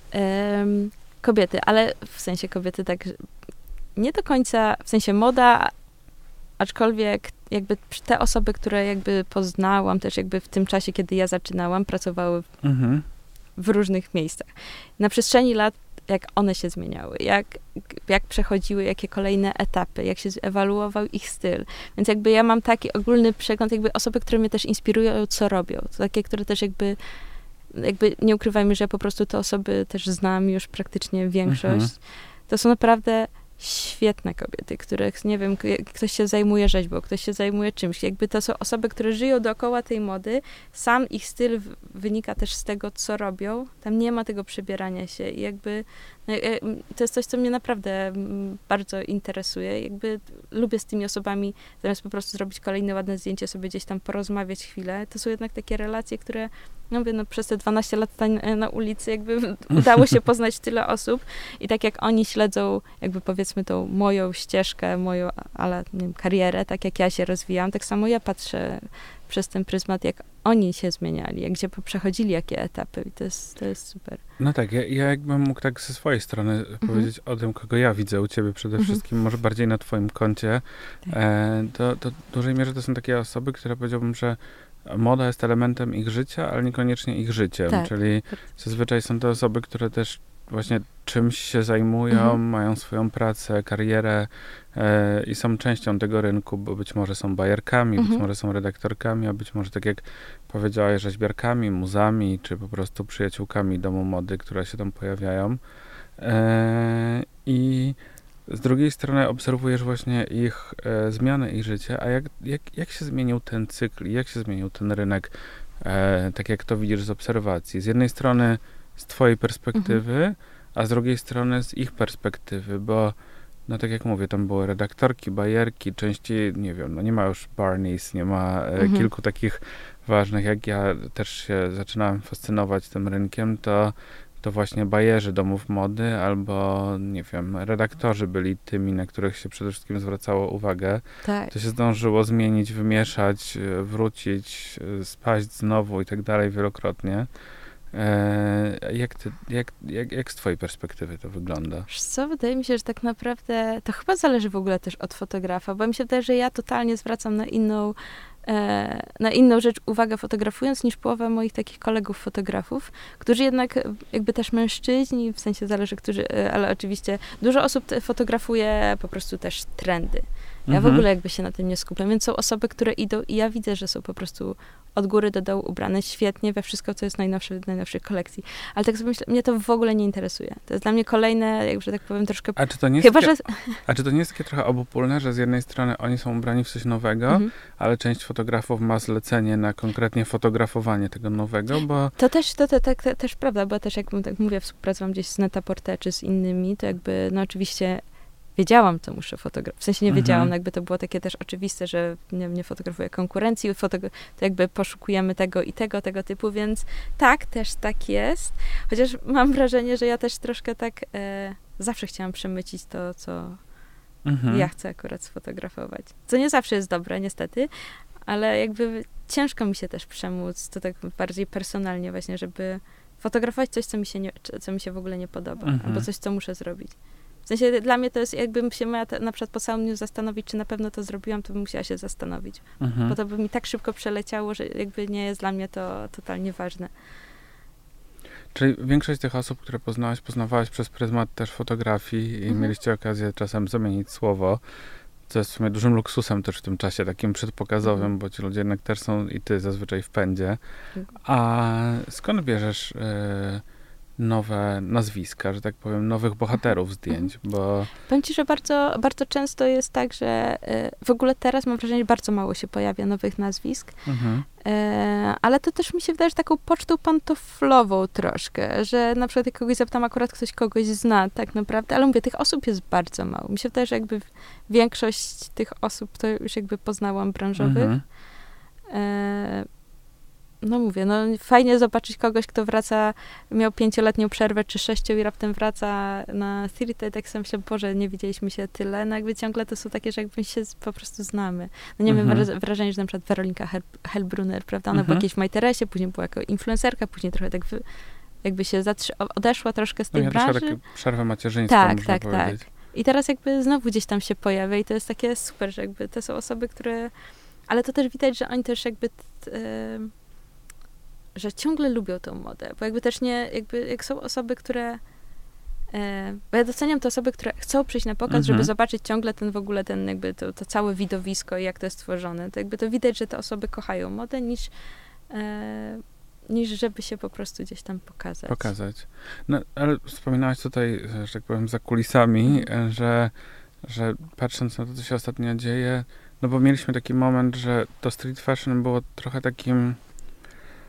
Um, kobiety, ale w sensie kobiety tak nie do końca, w sensie moda, aczkolwiek jakby te osoby, które jakby poznałam też jakby w tym czasie, kiedy ja zaczynałam, pracowały w, mhm. w różnych miejscach. Na przestrzeni lat jak one się zmieniały, jak, jak przechodziły, jakie kolejne etapy, jak się ewaluował ich styl. Więc jakby ja mam taki ogólny przegląd, jakby osoby, które mnie też inspirują, co robią. To takie, które też jakby, jakby nie ukrywajmy, że ja po prostu te osoby też znam już praktycznie większość. Mhm. To są naprawdę świetne kobiety, których, nie wiem, ktoś się zajmuje rzeźbą, ktoś się zajmuje czymś. Jakby to są osoby, które żyją dookoła tej mody. Sam ich styl wynika też z tego, co robią. Tam nie ma tego przebierania się i jakby To jest coś, co mnie naprawdę bardzo interesuje. Jakby lubię z tymi osobami, zamiast po prostu zrobić kolejne ładne zdjęcie, sobie gdzieś tam porozmawiać chwilę. To są jednak takie relacje, które, no mówię, no przez te dwanaście lat na ulicy jakby udało się poznać tyle osób i tak jak oni śledzą jakby powiedzmy tą moją ścieżkę, moją, ale nie wiem, karierę, tak jak ja się rozwijam, tak samo ja patrzę przez ten pryzmat, jak oni się zmieniali, jak gdzie przechodzili jakie etapy i to jest, to jest super. No tak, ja, ja jakbym mógł tak ze swojej strony mhm. powiedzieć o tym, kogo ja widzę u ciebie przede mhm. wszystkim, może bardziej na twoim koncie, tak. e, to, to w dużej mierze to są takie osoby, które powiedziałbym, że moda jest elementem ich życia, ale niekoniecznie ich życiem, tak. czyli zazwyczaj są to osoby, które też właśnie czymś się zajmują, mhm. mają swoją pracę, karierę e, i są częścią tego rynku, bo być może są bajerkami, mhm. być może są redaktorkami, a być może tak jak powiedziałaś, rzeźbiarkami, muzami, czy po prostu przyjaciółkami domu mody, które się tam pojawiają. E, I z drugiej strony obserwujesz właśnie ich e, zmiany i życie, a jak, jak, jak się zmienił ten cykl, jak się zmienił ten rynek, e, tak jak to widzisz z obserwacji? Z jednej strony z twojej perspektywy, mhm. a z drugiej strony z ich perspektywy, bo no tak jak mówię, tam były redaktorki, bajerki, częściej, nie wiem, no nie ma już Barneys, nie ma e, mhm. kilku takich ważnych, jak ja też się zaczynałem fascynować tym rynkiem, to to właśnie bajerzy domów mody albo, nie wiem, redaktorzy byli tymi, na których się przede wszystkim zwracało uwagę. Tak. To się zdążyło zmienić, wymieszać, wrócić, spaść znowu i tak dalej wielokrotnie. E, jak, ty, jak, jak, jak z twojej perspektywy to wygląda? Wiesz co, wydaje mi się, że tak naprawdę to chyba zależy w ogóle też od fotografa, bo mi się wydaje, że ja totalnie zwracam na inną na inną rzecz uwagę fotografując niż połowa moich takich kolegów fotografów, którzy jednak jakby też mężczyźni, w sensie zależy, którzy, ale oczywiście dużo osób fotografuje po prostu też trendy. Ja mhm. w ogóle jakby się na tym nie skupiam, więc są osoby, które idą i ja widzę, że są po prostu od góry do dołu ubrane świetnie we wszystko, co jest najnowsze w najnowszej kolekcji. Ale tak sobie myślę, mnie to w ogóle nie interesuje. To jest dla mnie kolejne, jakże tak powiem, troszkę... A czy to nie jest, Chyba, takie, że... a czy to nie jest takie trochę obopólne, że z jednej strony oni są ubrani w coś nowego, mhm. ale część fotografów ma zlecenie na konkretnie fotografowanie tego nowego, bo... To też, to, to, to, to też prawda, bo też jak tak mówię, współpracowałam gdzieś z Net-a-Porter czy z innymi, to jakby, no oczywiście wiedziałam, co muszę fotografować. W sensie nie wiedziałam, mhm. jakby to było takie też oczywiste, że nie, nie fotografuję konkurencji, fotogra- to jakby poszukujemy tego i tego, tego typu, więc tak, też tak jest. Chociaż mam wrażenie, że ja też troszkę tak e, zawsze chciałam przemycić to, co mhm. ja chcę akurat sfotografować. Co nie zawsze jest dobre, niestety, ale jakby ciężko mi się też przemóc, to tak bardziej personalnie właśnie, żeby fotografować coś, co mi się, nie, co mi się w ogóle nie podoba, mhm. albo coś, co muszę zrobić. W sensie dla mnie to jest, jakbym się miała te, na przykład po całym dniu zastanowić, czy na pewno to zrobiłam, to bym musiała się zastanowić. Mhm. Bo to by mi tak szybko przeleciało, że jakby nie jest dla mnie to totalnie ważne. Czyli większość tych osób, które poznałaś, poznawałaś przez pryzmat też fotografii i mhm. mieliście okazję czasem zamienić słowo, co jest w sumie dużym luksusem też w tym czasie takim przedpokazowym, mhm. bo ci ludzie jednak też są i ty zazwyczaj w pędzie. Mhm. A skąd bierzesz... Yy, nowe nazwiska, że tak powiem, nowych bohaterów zdjęć, bo... Powiem ci, że bardzo, bardzo często jest tak, że y, w ogóle teraz mam wrażenie, że bardzo mało się pojawia nowych nazwisk, mhm. y, ale to też mi się wydaje, że taką pocztą pantoflową troszkę, że na przykład jak kogoś zapytam, akurat ktoś kogoś zna tak naprawdę, ale mówię, tych osób jest bardzo mało. Mi się wydaje, że jakby większość tych osób to już jakby poznałam branżowych. Mhm. Y, No mówię, no fajnie zobaczyć kogoś, kto wraca, miał pięcioletnią przerwę czy sześciu i raptem wraca na Theatre, tak sobie myślę, Boże, nie widzieliśmy się tyle, no jakby ciągle to są takie, że jakby się po prostu znamy. No nie mhm. wiem, wrażenie, że na przykład Weronika Hel- Helbrunner, prawda, ona mhm. była kiedyś w Majteresie, później była jako influencerka, później trochę tak wy, jakby się zatrzy- odeszła troszkę z tej no, branży. Taką przerwę macierzyńską, tak, można tak, powiedzieć. tak. I teraz jakby znowu gdzieś tam się pojawia i to jest takie super, że jakby to są osoby, które, ale to też widać, że oni też jakby t, y, że ciągle lubią tą modę, bo jakby też nie, jakby jak są osoby, które, e, bo ja doceniam te osoby, które chcą przyjść na pokaz, mhm. żeby zobaczyć ciągle ten w ogóle, ten jakby to, to całe widowisko i jak to jest stworzone, to jakby to widać, że te osoby kochają modę, niż, e, niż żeby się po prostu gdzieś tam pokazać. Pokazać. No, ale wspominałaś tutaj, że tak powiem, za kulisami, mhm. że, że patrząc na to, co się ostatnio dzieje, no bo mieliśmy taki moment, że to street fashion było trochę takim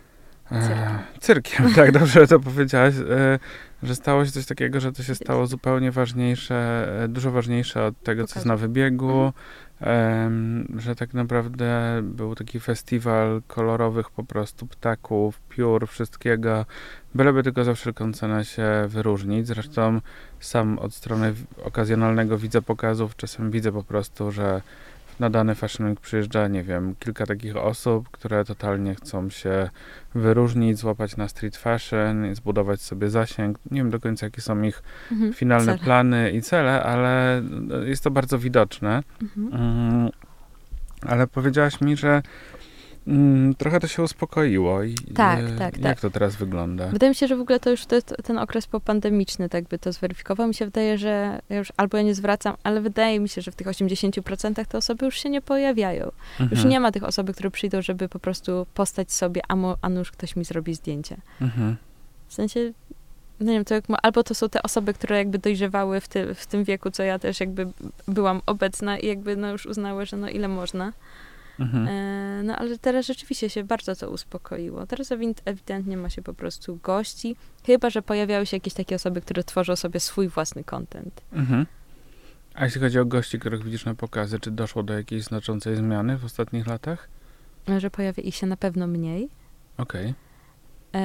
Cyrkiem. E, cyrkiem, tak, dobrze to powiedziałaś, e, że stało się coś takiego, że to się stało zupełnie ważniejsze, e, dużo ważniejsze od tego, co jest na wybiegu, e, że tak naprawdę był taki festiwal kolorowych po prostu ptaków, piór, wszystkiego, byleby tylko za wszelką cenę się wyróżnić. Zresztą sam od strony okazjonalnego widzę pokazów, czasem widzę po prostu, że na dany Fashion Week przyjeżdża, nie wiem, kilka takich osób, które totalnie chcą się wyróżnić, złapać na street fashion, zbudować sobie zasięg. Nie wiem do końca, jakie są ich mhm, finalne cele. plany i cele, ale jest to bardzo widoczne. Mhm. Mm, ale powiedziałaś mi, że mm, trochę to się uspokoiło. I, tak, i, tak, jak tak. to teraz wygląda? Wydaje mi się, że w ogóle to już to jest ten okres popandemiczny, tak by to zweryfikował. Mi się wydaje, że ja już albo ja nie zwracam, ale wydaje mi się, że w tych osiemdziesięciu procentach te osoby już się nie pojawiają. Mhm. Już nie ma tych osoby, które przyjdą, żeby po prostu postać sobie, a, mo, a nuż ktoś mi zrobi zdjęcie. Mhm. W sensie, no nie wiem, to jak ma, albo to są te osoby, które jakby dojrzewały w, ty, w tym wieku, co ja też jakby byłam obecna i jakby no już uznały, że no ile można. Mhm. E, no ale teraz rzeczywiście się bardzo to uspokoiło. Teraz ewidentnie ma się po prostu gości, chyba że pojawiały się jakieś takie osoby, które tworzą sobie swój własny content. Mhm. A jeśli chodzi o gości, których widzisz na pokazy, czy doszło do jakiejś znaczącej zmiany w ostatnich latach? Że pojawia ich się na pewno mniej. Okej. Okay.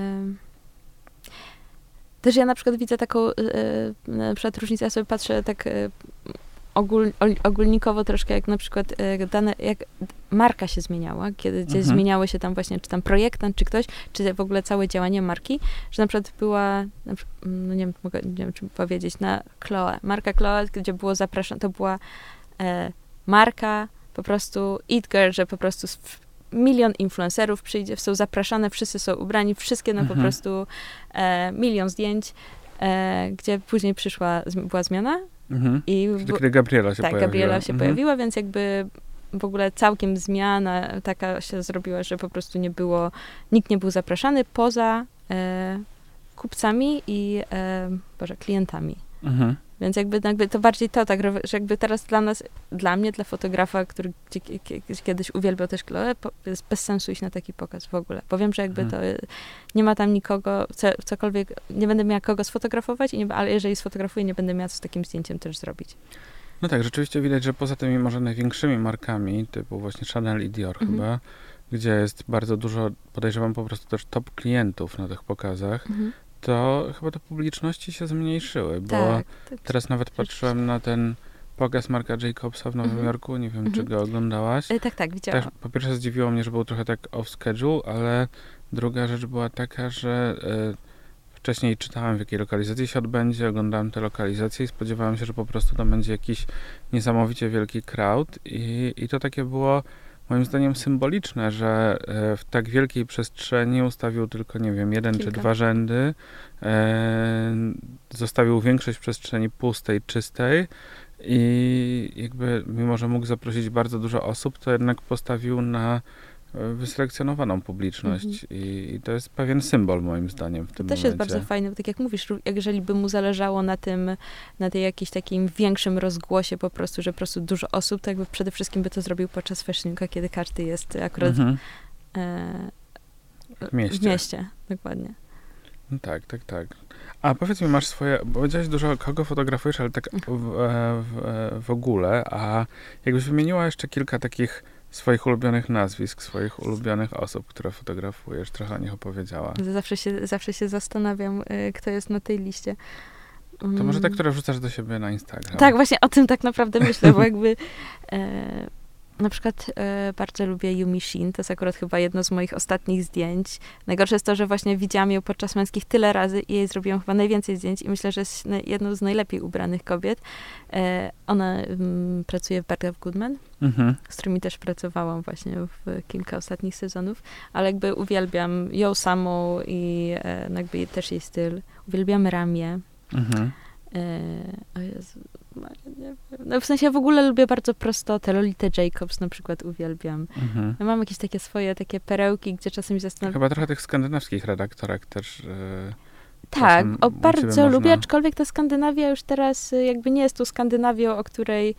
Też ja na przykład widzę taką e, na przykład różnicę, ja sobie patrzę tak e, Ogól, ogólnikowo troszkę jak na przykład e, dane, jak marka się zmieniała, kiedy gdzieś mhm. zmieniały się tam właśnie, czy tam projektant, czy ktoś, czy w ogóle całe działanie marki, że na przykład była, na przykład, no nie wiem, mogę, nie wiem, czy powiedzieć, na Chloe, marka Chloe, gdzie było zapraszane, to była e, marka po prostu Eat Girl, że po prostu milion influencerów przyjdzie, są zapraszane, wszyscy są ubrani, wszystkie no mhm. po prostu e, milion zdjęć, e, gdzie później przyszła, była zmiana. Mhm. I kiedy Gabriela się tak, pojawiła. Tak, Gabriela się mhm. pojawiła, więc jakby w ogóle całkiem zmiana taka się zrobiła, że po prostu nie było, nikt nie był zapraszany poza e, kupcami i e, Boże, klientami. Mhm. Więc jakby, jakby to bardziej to, tak, że jakby teraz dla nas, dla mnie, dla fotografa, który kiedyś uwielbiał też Chloe, jest bez sensu iść na taki pokaz w ogóle. Bo wiem, że jakby mhm. to nie ma tam nikogo, co, cokolwiek, nie będę miała kogo sfotografować, i nie, ale jeżeli sfotografuję, nie będę miała co z takim zdjęciem też zrobić. No tak, rzeczywiście widać, że poza tymi może największymi markami, typu właśnie Chanel i Dior mhm. chyba, gdzie jest bardzo dużo, podejrzewam po prostu też top klientów na tych pokazach, mhm. to chyba te publiczności się zmniejszyły, bo tak, tak. teraz nawet patrzyłem na ten pokaz Marca Jacobsa w Nowym mm-hmm. Jorku, nie wiem, mm-hmm. czy go oglądałaś. E, tak, tak, widziałam. Też, po pierwsze zdziwiło mnie, że był trochę tak off schedule, ale druga rzecz była taka, że y, wcześniej czytałem, w jakiej lokalizacji się odbędzie, oglądałem te lokalizacje i spodziewałem się, że po prostu tam będzie jakiś niesamowicie wielki crowd i, i to takie było moim zdaniem symboliczne, że e, w tak wielkiej przestrzeni ustawił tylko, nie wiem, jeden Kilka. czy dwa rzędy, e, zostawił większość przestrzeni pustej, czystej i jakby, mimo że mógł zaprosić bardzo dużo osób, to jednak postawił na wyselekcjonowaną publiczność mhm. I, i to jest pewien symbol moim zdaniem w tym To też momencie. jest bardzo fajne, tak jak mówisz, jeżeli by mu zależało na tym, na tej jakiejś takim większym rozgłosie po prostu, że po prostu dużo osób, to jakby przede wszystkim by to zrobił podczas Fashion Weeka, kiedy każdy jest akurat mhm. e, w mieście. W mieście, dokładnie. No tak, tak, tak. A powiedz mi, masz swoje, bo powiedziałeś dużo, kogo fotografujesz, ale tak w, w, w ogóle, a jakbyś wymieniła jeszcze kilka takich swoich ulubionych nazwisk, swoich ulubionych osób, które fotografujesz, trochę o nich opowiedziała. Zawsze się, zawsze się zastanawiam, y, kto jest na tej liście. Mm. To może te, które wrzucasz do siebie na Instagram. Tak, właśnie o tym tak naprawdę myślę, bo jakby e, na przykład e, bardzo lubię Yumi Shin, to jest akurat chyba jedno z moich ostatnich zdjęć. Najgorsze jest to, że właśnie widziałam ją podczas męskich tyle razy i jej zrobiłam chyba najwięcej zdjęć i myślę, że jest jedną z najlepiej ubranych kobiet. E, ona m, pracuje w Bergdorf Goodman, mhm. z którymi też pracowałam właśnie w kilka ostatnich sezonów, ale jakby uwielbiam ją samą i e, no jakby też jej styl. Uwielbiam ramię. Mhm. E, o Jezu, nie wiem. No w sensie ja w ogóle lubię bardzo prostotę. Lolitę Jacobs na przykład uwielbiam. Mhm. Ja mam jakieś takie swoje takie perełki, gdzie czasem się zastanawiam. Chyba trochę tych skandynawskich redaktorek też. Yy, tak, o, bardzo lubię, można... aczkolwiek ta Skandynawia już teraz jakby nie jest tą Skandynawią, o której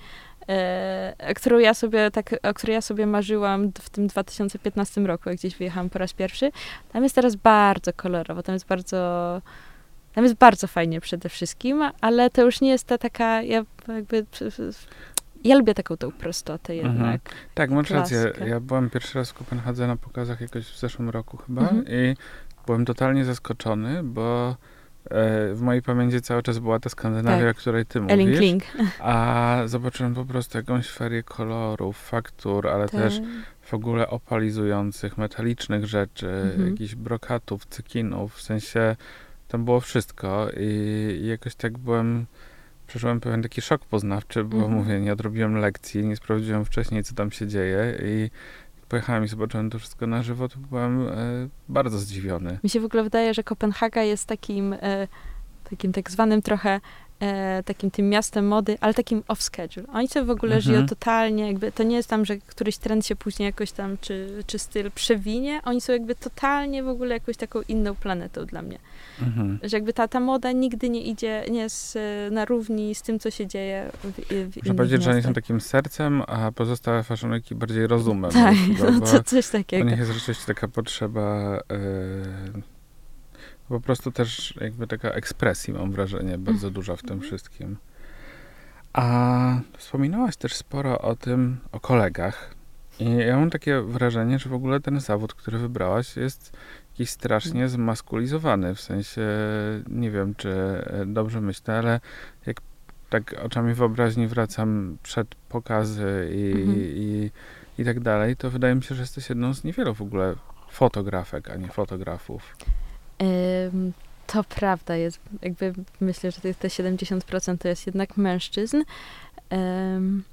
e, którą ja sobie, tak, o której ja sobie marzyłam w tym dwa tysiące piętnastym roku, jak gdzieś wyjechałam po raz pierwszy. Tam jest teraz bardzo kolorowo, tam jest bardzo, tam jest bardzo fajnie przede wszystkim, ale to już nie jest ta taka, ja jakby, ja lubię taką tą prostotę jednak. Mhm. Tak, masz rację. Ja byłem pierwszy raz w Kopenhadze na pokazach jakoś w zeszłym roku chyba mhm. i byłem totalnie zaskoczony, bo w mojej pamięci cały czas była ta Skandynawia, tak. o której ty mówisz. Ellen Kling. A zobaczyłem po prostu jakąś ferię kolorów, faktur, ale tak. też w ogóle opalizujących, metalicznych rzeczy, mhm. jakichś brokatów, cekinów, w sensie tam było wszystko i, i jakoś tak byłem, przeżyłem pewien taki szok poznawczy, bo mhm. mówię, nie odrobiłem lekcji, nie sprawdziłem wcześniej, co tam się dzieje i pojechałem i zobaczyłem to wszystko na żywo, to byłem e, bardzo zdziwiony. Mi się w ogóle wydaje, że Kopenhaga jest takim, e, takim tak zwanym trochę e, takim tym miastem mody, ale takim off-schedule. Oni sobie w ogóle mhm. żyją totalnie, jakby to nie jest tam, że któryś trend się później jakoś tam, czy, czy styl przewinie, oni są jakby totalnie w ogóle jakąś taką inną planetą dla mnie. Mhm. Że jakby ta, ta moda nigdy nie idzie, nie jest na równi z tym, co się dzieje w, w innych Muszę powiedzieć, miastach. Że oni są takim sercem, a pozostałe fashioniki bardziej rozumem. Tak, chyba, no, to coś takiego. U nich jest rzeczywiście taka potrzeba yy, po prostu też jakby taka ekspresji, mam wrażenie, bardzo duża w tym wszystkim. A wspominałaś też sporo o tym, o kolegach. I ja mam takie wrażenie, że w ogóle ten zawód, który wybrałaś, jest jakiś strasznie zmaskulizowany. W sensie, nie wiem, czy dobrze myślę, ale jak tak oczami wyobraźni wracam przed pokazy i, mhm. i, i tak dalej, to wydaje mi się, że jesteś jedną z niewielu w ogóle fotografek, a nie fotografów. Ym, to prawda jest. Jakby myślę, że te, te siedemdziesiąt procent to jest jednak mężczyzn. Ym,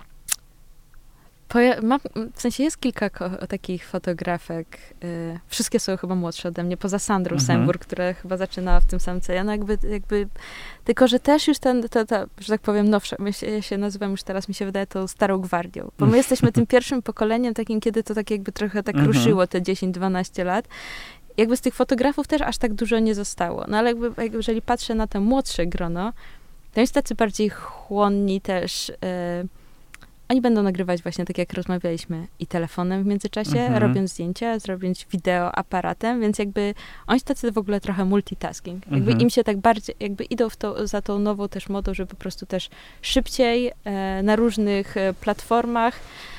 Poja- mam, w sensie jest kilka ko- takich fotografek. Y, wszystkie są chyba młodsze ode mnie, poza Sandrą mhm. Sembur, która chyba zaczynała w tym samym co ja. No jakby, jakby, tylko, że też już ten, ta, ta, że tak powiem, nowsza, my się, ja się nazywam już teraz, mi się wydaje, tą starą gwardią. Bo my jesteśmy tym pierwszym pokoleniem takim, kiedy to tak jakby trochę tak mhm. ruszyło te dziesięć dwanaście lat. Jakby z tych fotografów też aż tak dużo nie zostało. No ale jakby, jakby jeżeli patrzę na to młodsze grono, to jest tacy bardziej chłonni też... Y, Oni będą nagrywać właśnie tak, jak rozmawialiśmy, i telefonem w międzyczasie, mhm. robiąc zdjęcia, zrobiąc wideo aparatem, więc jakby oni są tacy w ogóle trochę multitasking. Jakby mhm. im się tak bardziej, jakby idą w to, za tą nową też modą, żeby po prostu też szybciej, e, na różnych e, platformach.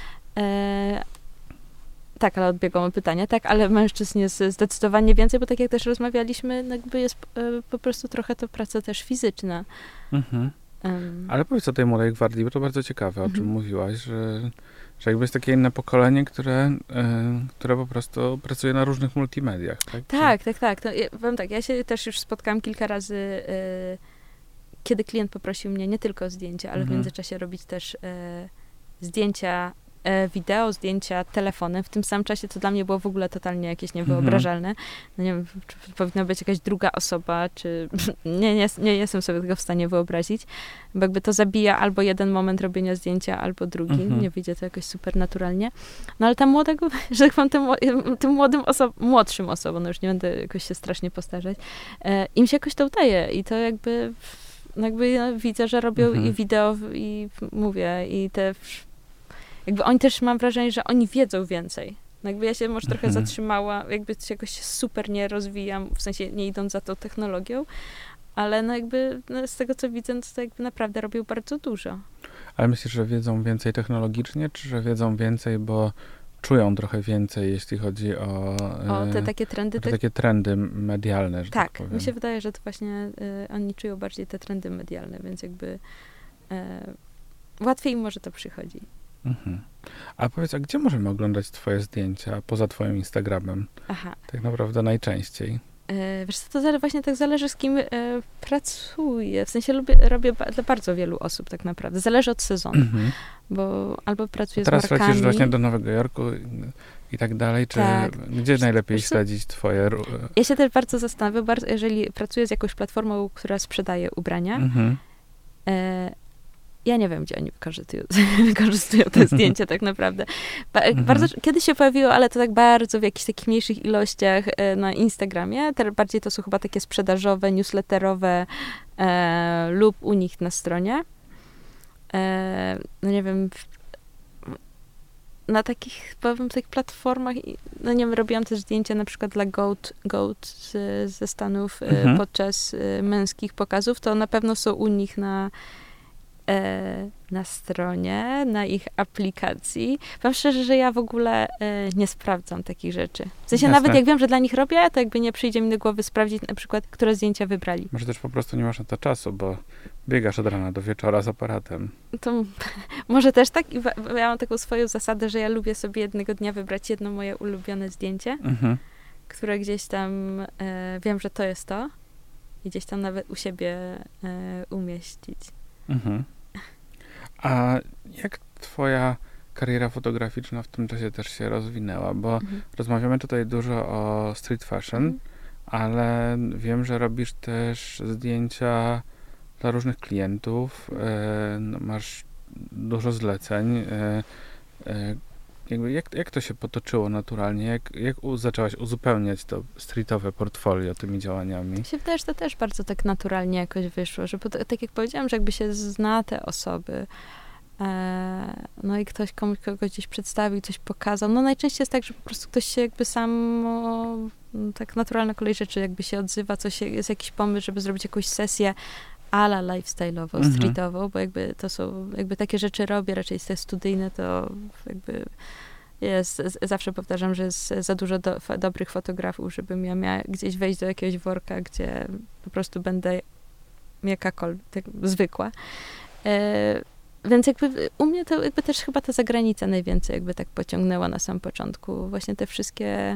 E, tak, ale odbiegłam od pytania, tak, ale mężczyzn jest zdecydowanie więcej, bo tak jak też rozmawialiśmy, jakby jest e, po prostu trochę to praca też fizyczna. Mhm. Um. Ale powiedz o tej młodej gwardii, bo to bardzo ciekawe, o mm-hmm. czym mówiłaś, że, że jakby jest takie inne pokolenie, które, y, które po prostu pracuje na różnych multimediach. Tak, tak, Czy... tak. tak. To ja, powiem tak, ja się też już spotkałam kilka razy, y, kiedy klient poprosił mnie nie tylko o zdjęcia, ale mm-hmm. w międzyczasie robić też y, zdjęcia, y, wideo, zdjęcia telefonem. W tym samym czasie to dla mnie było w ogóle totalnie jakieś niewyobrażalne. Mm-hmm. No nie wiem, czy powinna być jakaś druga osoba, czy... nie, nie, nie jestem sobie tego w stanie wyobrazić, bo jakby to zabija albo jeden moment robienia zdjęcia, albo drugi. Mm-hmm. Nie wyjdzie to jakoś super naturalnie. No ale tam młodego, że tak powiem, tym, tym młodym oso- młodszym osobom, no już nie będę jakoś się strasznie postarzać, e, im się jakoś to udaje i to jakby, no jakby ja widzę, że robią mm-hmm. i wideo, i mówię, i te... Jakby oni też, mam wrażenie, że oni wiedzą więcej. No jakby ja się może trochę mhm. zatrzymała, jakby się jakoś super nie rozwijam, w sensie nie idąc za tą technologią, ale no jakby no z tego, co widzę, no to jakby naprawdę robią bardzo dużo. Ale myślisz, że wiedzą więcej technologicznie, czy że wiedzą więcej, bo czują trochę więcej, jeśli chodzi o, o te takie trendy, te takie trendy medialne, że tak, tak powiem. Mi się wydaje, że to właśnie y, oni czują bardziej te trendy medialne, więc jakby y, łatwiej im może to przychodzi. Mhm. A powiedz, a gdzie możemy oglądać twoje zdjęcia poza twoim Instagramem? Aha. Tak naprawdę najczęściej. E, wiesz co, to zale- właśnie tak zależy, z kim e, pracuję. W sensie lubię, robię ba- dla bardzo wielu osób tak naprawdę. Zależy od sezonu. Mhm. Bo albo pracuję teraz z markami. Teraz lecisz właśnie do Nowego Jorku i, i tak dalej. Czy tak. Gdzie najlepiej wiesz, śledzić twoje... Ja się też bardzo zastanawiam, bardzo, jeżeli pracuję z jakąś platformą, która sprzedaje ubrania, mhm. e, ja nie wiem, gdzie oni wykorzystują, wykorzystują te zdjęcia tak naprawdę. Ba- mhm. bardzo, kiedyś się pojawiło, ale to tak bardzo w jakichś takich mniejszych ilościach e, na Instagramie. Te, bardziej to są chyba takie sprzedażowe, newsletterowe e, lub u nich na stronie. e, no nie wiem, na takich, powiem, tych platformach, no nie wiem, robiłam też zdjęcia na przykład dla Goat, Goat z, ze Stanów mhm. podczas męskich pokazów, to na pewno są u nich na e, na stronie, na ich aplikacji. Powiem szczerze, że ja w ogóle e, nie sprawdzam takich rzeczy. W sensie Jasne. Nawet jak wiem, że dla nich robię, to jakby nie przyjdzie mi do głowy sprawdzić na przykład, które zdjęcia wybrali. Może też po prostu nie masz na to czasu, bo biegasz od rana do wieczora z aparatem. To może też tak. I ja mam taką swoją zasadę, że ja lubię sobie jednego dnia wybrać jedno moje ulubione zdjęcie, mhm. które gdzieś tam e, wiem, że to jest to i gdzieś tam nawet u siebie e, umieścić. Mhm. A jak twoja kariera fotograficzna w tym czasie też się rozwinęła? Bo mhm. rozmawiamy tutaj dużo o street fashion, mhm. ale wiem, że robisz też zdjęcia dla różnych klientów, e, no, masz dużo zleceń. E, e, jakby jak, jak to się potoczyło naturalnie? Jak, jak u, zaczęłaś uzupełniać to streetowe portfolio tymi działaniami? Mi się wydaje, że to też bardzo tak naturalnie jakoś wyszło, że po, tak jak powiedziałam, że jakby się zna te osoby, e, no i ktoś komuś kogoś gdzieś przedstawił, coś pokazał. No najczęściej jest tak, że po prostu ktoś się jakby sam o, no, tak naturalna kolej rzeczy jakby się odzywa, coś, jest jakiś pomysł, żeby zrobić jakąś sesję ala lifestyle'ową, mhm. streetową, bo jakby to są, jakby takie rzeczy robię, raczej te studyjne to jakby jest, zawsze powtarzam, że jest za dużo do, fa, dobrych fotografów, żebym ja miała gdzieś wejść do jakiegoś worka, gdzie po prostu będę jakakolwiek, tak, zwykła. E, więc jakby u mnie to jakby też chyba ta zagranica najwięcej jakby tak pociągnęła na sam początku. Właśnie te wszystkie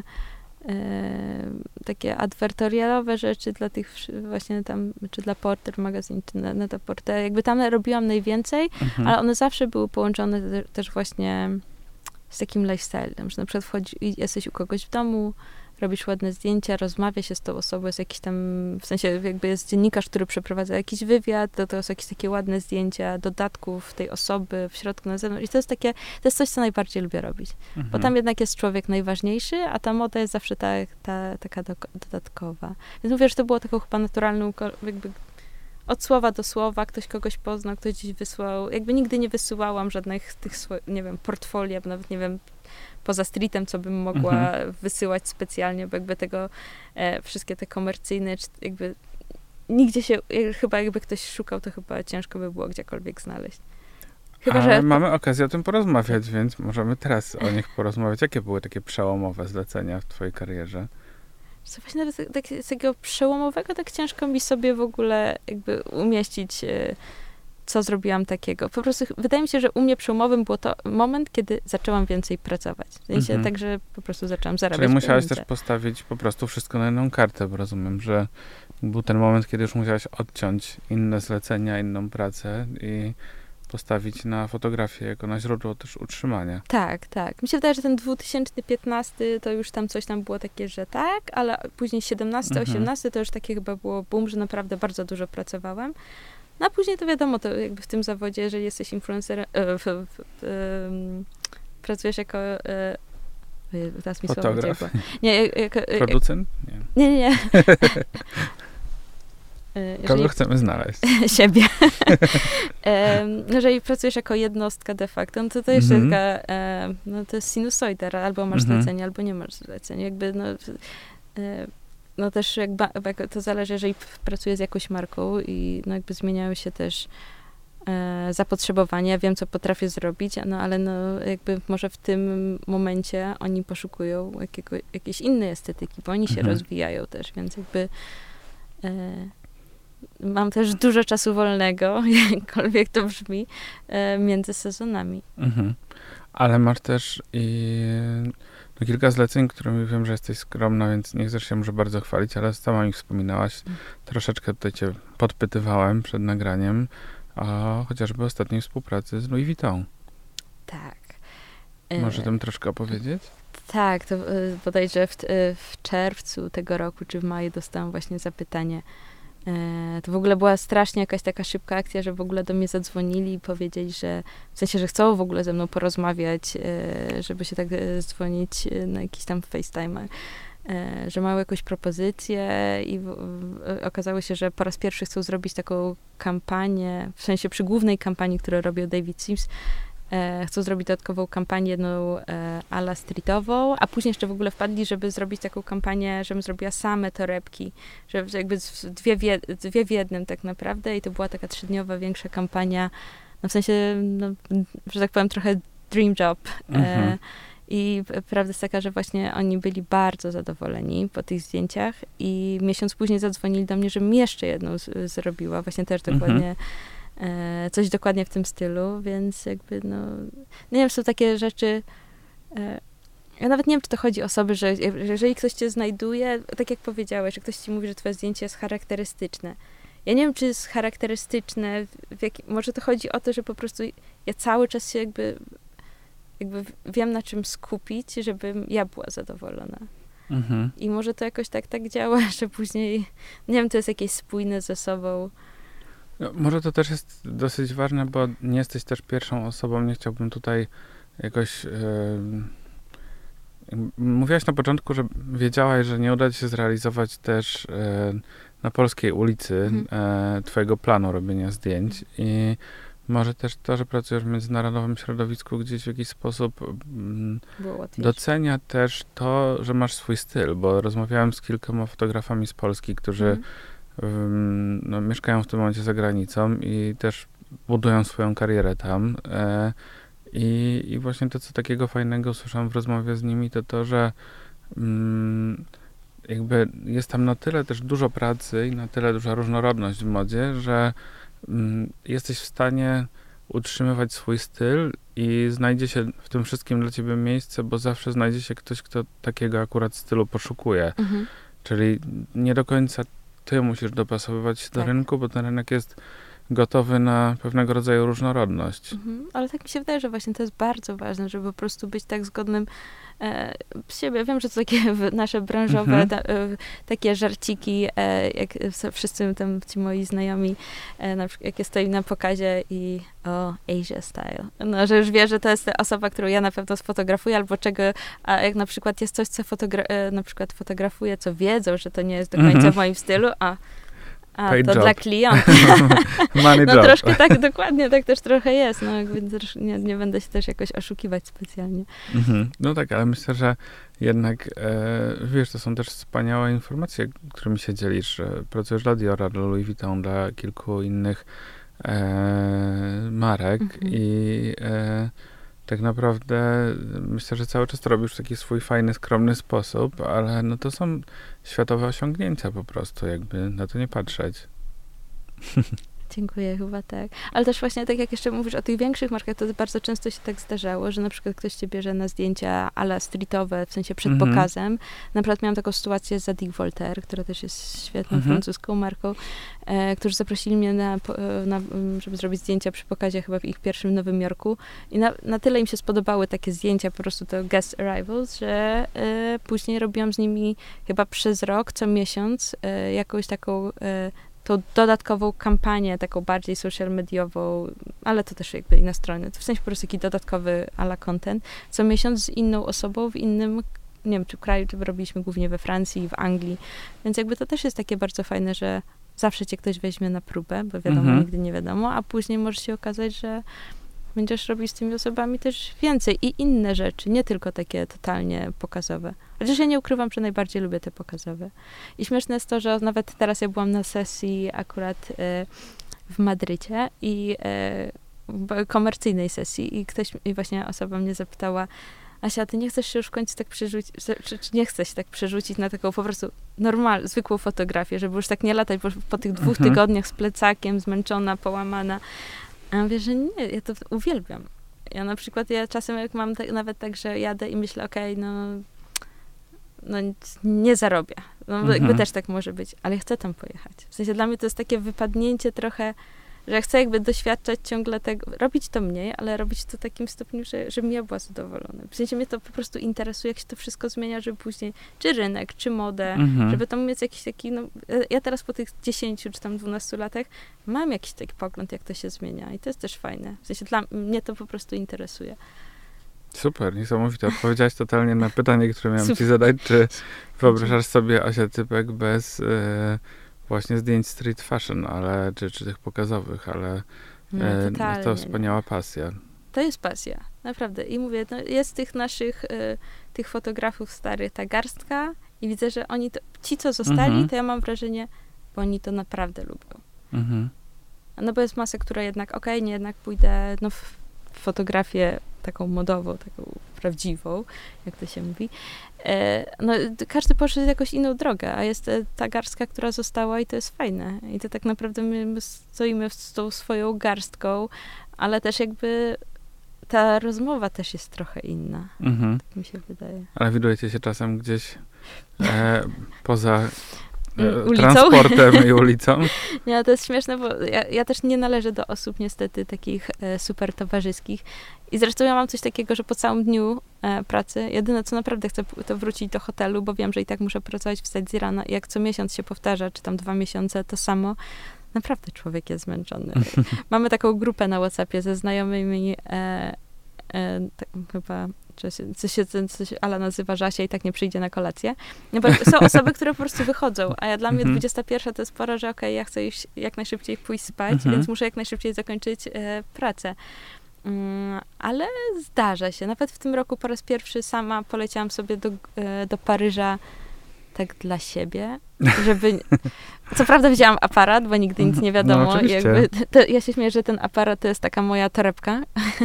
E, takie adwertorialowe rzeczy dla tych właśnie tam, czy dla Porter Magazine, czy na, na to Porter, jakby tam robiłam najwięcej, mhm. ale one zawsze były połączone te, też właśnie z takim lifestylem, że na przykład wchodzi, jesteś u kogoś w domu, robisz ładne zdjęcia, rozmawia się z tą osobą, jest jakiś tam, w sensie jakby jest dziennikarz, który przeprowadza jakiś wywiad, to, to są jakieś takie ładne zdjęcia dodatków tej osoby w środku, na zewnątrz i to jest takie, to jest coś, co najbardziej lubię robić. Mhm. Bo tam jednak jest człowiek najważniejszy, a ta moda jest zawsze ta, ta, taka do, dodatkowa. Więc mówię, że to było taką chyba naturalną, jakby od słowa do słowa, ktoś kogoś poznał, ktoś gdzieś wysłał, jakby nigdy nie wysyłałam żadnych tych, nie wiem, portfolia, nawet nie wiem, poza streetem, co bym mogła mhm. wysyłać specjalnie, bo jakby tego, e, wszystkie te komercyjne, czy jakby nigdzie się, chyba jakby ktoś szukał, to chyba ciężko by było gdziekolwiek znaleźć. Chyba, Ale że mamy okazję o tym porozmawiać, więc możemy teraz o nich porozmawiać. Jakie były takie przełomowe zlecenia w twojej karierze? Co właśnie nawet tak, z takiego przełomowego tak ciężko mi sobie w ogóle jakby umieścić, e, co zrobiłam takiego. Po prostu wydaje mi się, że u mnie przełomowym było to moment, kiedy zaczęłam więcej pracować. W sensie mhm. tak, że po prostu zaczęłam zarabiać. Czyli musiałaś pieniądze. Też postawić po prostu wszystko na jedną kartę, bo rozumiem, że był ten moment, kiedy już musiałaś odciąć inne zlecenia, inną pracę i postawić na fotografię jako na źródło też utrzymania. Tak, tak. Mi się wydaje, że ten dwa tysiące piętnasty to już tam coś tam było takie, że tak, ale później siedemnasty, mhm. osiemnasty to już takie chyba było boom, że naprawdę bardzo dużo pracowałam. No a później to wiadomo, to jakby w tym zawodzie, jeżeli jesteś influencerem, e, w, w, w, e, pracujesz jako e, teraz mi słowo uciekło. Nie, jako, producent? Nie, nie, nie. nie. Kogo chcemy znaleźć? Siebie. No, jeżeli pracujesz jako jednostka de facto, no to to jeszcze mm-hmm. taka, e, no to jest sinusoida, albo masz mm-hmm. zlecenie, albo nie masz zlecenia. Jakby, no, e, no też jakby, to zależy, jeżeli pracuję z jakąś marką i no jakby zmieniały się też e, zapotrzebowania, ja wiem, co potrafię zrobić, no ale no jakby może w tym momencie oni poszukują jakiego, jakiejś innej estetyki, bo oni się mhm. rozwijają też, więc jakby e, mam też dużo czasu wolnego, jakkolwiek to brzmi, e, między sezonami. Mhm. Ale masz też i no, kilka zleceń, którymi wiem, że jesteś skromna, więc nie chcesz się może bardzo chwalić, ale sama mi wspominałaś. Mm. Troszeczkę tutaj cię podpytywałem przed nagraniem o chociażby ostatniej współpracy z Louis Vuitton. Tak. Może o tym troszkę opowiedzieć? Tak, to bodajże w, w czerwcu tego roku, czy w maju dostałam właśnie zapytanie. To w ogóle była strasznie jakaś taka szybka akcja, że w ogóle do mnie zadzwonili i powiedzieli, że w sensie, że chcą w ogóle ze mną porozmawiać, żeby się tak dzwonić na jakiś tam FaceTime. e, że mają jakąś propozycję i w, w, okazało się, że po raz pierwszy chcą zrobić taką kampanię, w sensie przy głównej kampanii, którą robił David Sims, e, chcą zrobić dodatkową kampanię jedną e, ala streetową, a później jeszcze w ogóle wpadli, żeby zrobić taką kampanię, żebym zrobiła same torebki, że jakby dwie w, jed, dwie w jednym tak naprawdę i to była taka trzydniowa większa kampania, no w sensie, no, że tak powiem, trochę dream job. Mhm. E, I prawda jest taka, że właśnie oni byli bardzo zadowoleni po tych zdjęciach i miesiąc później zadzwonili do mnie, żebym jeszcze jedną z, zrobiła. Właśnie też dokładnie, mhm. e, coś dokładnie w tym stylu, więc jakby no, nie wiem, są takie rzeczy, e, ja nawet nie wiem, czy to chodzi o osoby, że jeżeli ktoś cię znajduje, tak jak powiedziałeś, że ktoś ci mówi, że twoje zdjęcie jest charakterystyczne. Ja nie wiem, czy jest charakterystyczne, w jak, może to chodzi o to, że po prostu ja cały czas się jakby jakby wiem, na czym skupić, żebym ja była zadowolona. Mhm. I może to jakoś tak tak działa, że później, nie wiem, to jest jakieś spójne ze sobą. No, może to też jest dosyć ważne, bo nie jesteś też pierwszą osobą, nie chciałbym tutaj jakoś... Yy, mówiłaś na początku, że wiedziałaś, że nie uda ci się zrealizować też yy, na polskiej ulicy mhm. yy, twojego planu robienia zdjęć i może też to, że pracujesz w międzynarodowym środowisku gdzieś w jakiś sposób mm, docenia też to, że masz swój styl, bo rozmawiałem z kilkoma fotografami z Polski, którzy mm. um, no, mieszkają w tym momencie za granicą i też budują swoją karierę tam. E, i, I właśnie to, co takiego fajnego słyszałem w rozmowie z nimi, to to, że mm, jakby jest tam na tyle też dużo pracy i na tyle duża różnorodność w modzie, że jesteś w stanie utrzymywać swój styl i znajdzie się w tym wszystkim dla ciebie miejsce, bo zawsze znajdzie się ktoś, kto takiego akurat stylu poszukuje. Mhm. Czyli nie do końca ty musisz dopasowywać się tak. do rynku, bo ten rynek jest gotowy na pewnego rodzaju różnorodność. Mhm. Ale tak mi się wydaje, że właśnie to jest bardzo ważne, żeby po prostu być tak zgodnym e, z siebie. Wiem, że to takie nasze branżowe mhm. ta, e, takie żarciki, e, jak wszyscy tam ci moi znajomi, e, na przykład jak stoję na pokazie i o, Asia style. No, że już wie, że to jest osoba, którą ja na pewno sfotografuję, albo czego, a jak na przykład jest coś, co fotogra- e, na przykład fotografuję, co wiedzą, że to nie jest do końca mhm. w moim stylu, a A, Paid to job. Dla klienta. Money no job. troszkę tak, dokładnie, tak też trochę jest. No, jakby też nie, nie będę się też jakoś oszukiwać specjalnie. Mm-hmm. No tak, ale myślę, że jednak, e, wiesz, to są też wspaniałe informacje, którymi się dzielisz, że pracujesz dla Diora, dla Louis Vuitton, dla kilku innych e, marek mm-hmm. i e, tak naprawdę myślę, że cały czas to robisz w taki swój fajny, skromny sposób, ale no to są światowe osiągnięcia po prostu, jakby na to nie patrzeć. Dziękuję, chyba tak. Ale też właśnie tak jak jeszcze mówisz o tych większych markach, to bardzo często się tak zdarzało, że na przykład ktoś cię bierze na zdjęcia ala streetowe, w sensie przed mm-hmm. pokazem. Na przykład miałam taką sytuację z Zadig Voltaire, która też jest świetną mm-hmm. francuską marką, e, którzy zaprosili mnie, na, na, żeby zrobić zdjęcia przy pokazie chyba w ich pierwszym Nowym Jorku. I na, na tyle im się spodobały takie zdjęcia, po prostu to guest arrivals, że e, później robiłam z nimi chyba przez rok, co miesiąc, e, jakąś taką e, tą dodatkową kampanię, taką bardziej social mediową, ale to też jakby i na stronie. To w sensie po prostu taki dodatkowy a la content. Co miesiąc z inną osobą w innym, nie wiem, czy kraju, czy robiliśmy głównie we Francji, w Anglii. Więc jakby to też jest takie bardzo fajne, że zawsze cię ktoś weźmie na próbę, bo wiadomo, mhm. nigdy nie wiadomo, a później może się okazać, że będziesz robić z tymi osobami też więcej i inne rzeczy, nie tylko takie totalnie pokazowe. Chociaż ja nie ukrywam, że najbardziej lubię te pokazowe. I śmieszne jest to, że nawet teraz ja byłam na sesji akurat y, w Madrycie i y, komercyjnej sesji i ktoś, i właśnie osoba mnie zapytała: Asia, ty nie chcesz się już w końcu tak przerzucić, czy, czy nie chcesz się tak przerzucić na taką po prostu normalną, zwykłą fotografię, żeby już tak nie latać, bo po tych dwóch mhm. tygodniach z plecakiem, zmęczona, połamana. A ja mówię, że nie, ja to uwielbiam. Ja na przykład, ja czasem jak mam tak, nawet tak, że jadę i myślę, okej, okay, no, no nie zarobię. No mhm. jakby też tak może być, ale chcę tam pojechać. W sensie dla mnie to jest takie wypadnięcie trochę, że chcę jakby doświadczać ciągle tego, robić to mniej, ale robić to w takim stopniu, że, żebym ja była zadowolona. W sensie mnie to po prostu interesuje, jak się to wszystko zmienia, żeby później, czy rynek, czy modę, mhm. żeby tam mieć jakiś taki, no, ja teraz po tych dziesięciu czy tam dwunastu latach mam jakiś taki pogląd, jak to się zmienia i to jest też fajne. W sensie dla mnie to po prostu interesuje. Super, niesamowite. Odpowiedziałaś totalnie na pytanie, które miałem Super. ci zadać. Czy wyobrażasz sobie Asia Typek bez e, właśnie zdjęć street fashion, ale, czy, czy tych pokazowych, ale e, no, to wspaniała pasja. To jest pasja, naprawdę. I mówię, no, jest tych naszych, y, tych fotografów starych ta garstka i widzę, że oni, to, ci co zostali, mhm. to ja mam wrażenie, bo oni to naprawdę lubią. Mhm. No bo jest masa, która jednak, okej, okay, nie, jednak pójdę no, w fotografię taką modową, taką prawdziwą, jak to się mówi. E, no, każdy poszedł jakoś inną drogę, a jest ta garstka, która została i to jest fajne. I to tak naprawdę my, my stoimy z tą swoją garstką, ale też jakby ta rozmowa też jest trochę inna. Mhm. Tak mi się wydaje. Ale widujecie się czasem gdzieś e, poza e, ulicą? transportem i ulicą? Nie, to jest śmieszne, bo ja, ja też nie należę do osób niestety takich e, super towarzyskich. I zresztą ja mam coś takiego, że po całym dniu e, pracy, jedyne co naprawdę chcę, to wrócić do hotelu, bo wiem, że i tak muszę pracować, wstać z rana. I jak co miesiąc się powtarza, czy tam dwa miesiące, to samo, naprawdę człowiek jest zmęczony. Mamy taką grupę na WhatsAppie ze znajomymi, e, e, tak, chyba, co się, co, się, co się Ala nazywa Żasia i tak nie przyjdzie na kolację. No bo są osoby, które po prostu wychodzą, a ja dla mnie dwudziesta pierwsza to jest pora, że okej, okay, ja chcę już jak najszybciej pójść spać, mhm. więc muszę jak najszybciej zakończyć e, pracę. Um, ale zdarza się. Nawet w tym roku po raz pierwszy sama poleciałam sobie do, e, do Paryża tak dla siebie, żeby... Co prawda wzięłam aparat, bo nigdy nic nie wiadomo. No, jakby to, ja się śmieję, że ten aparat to jest taka moja torebka.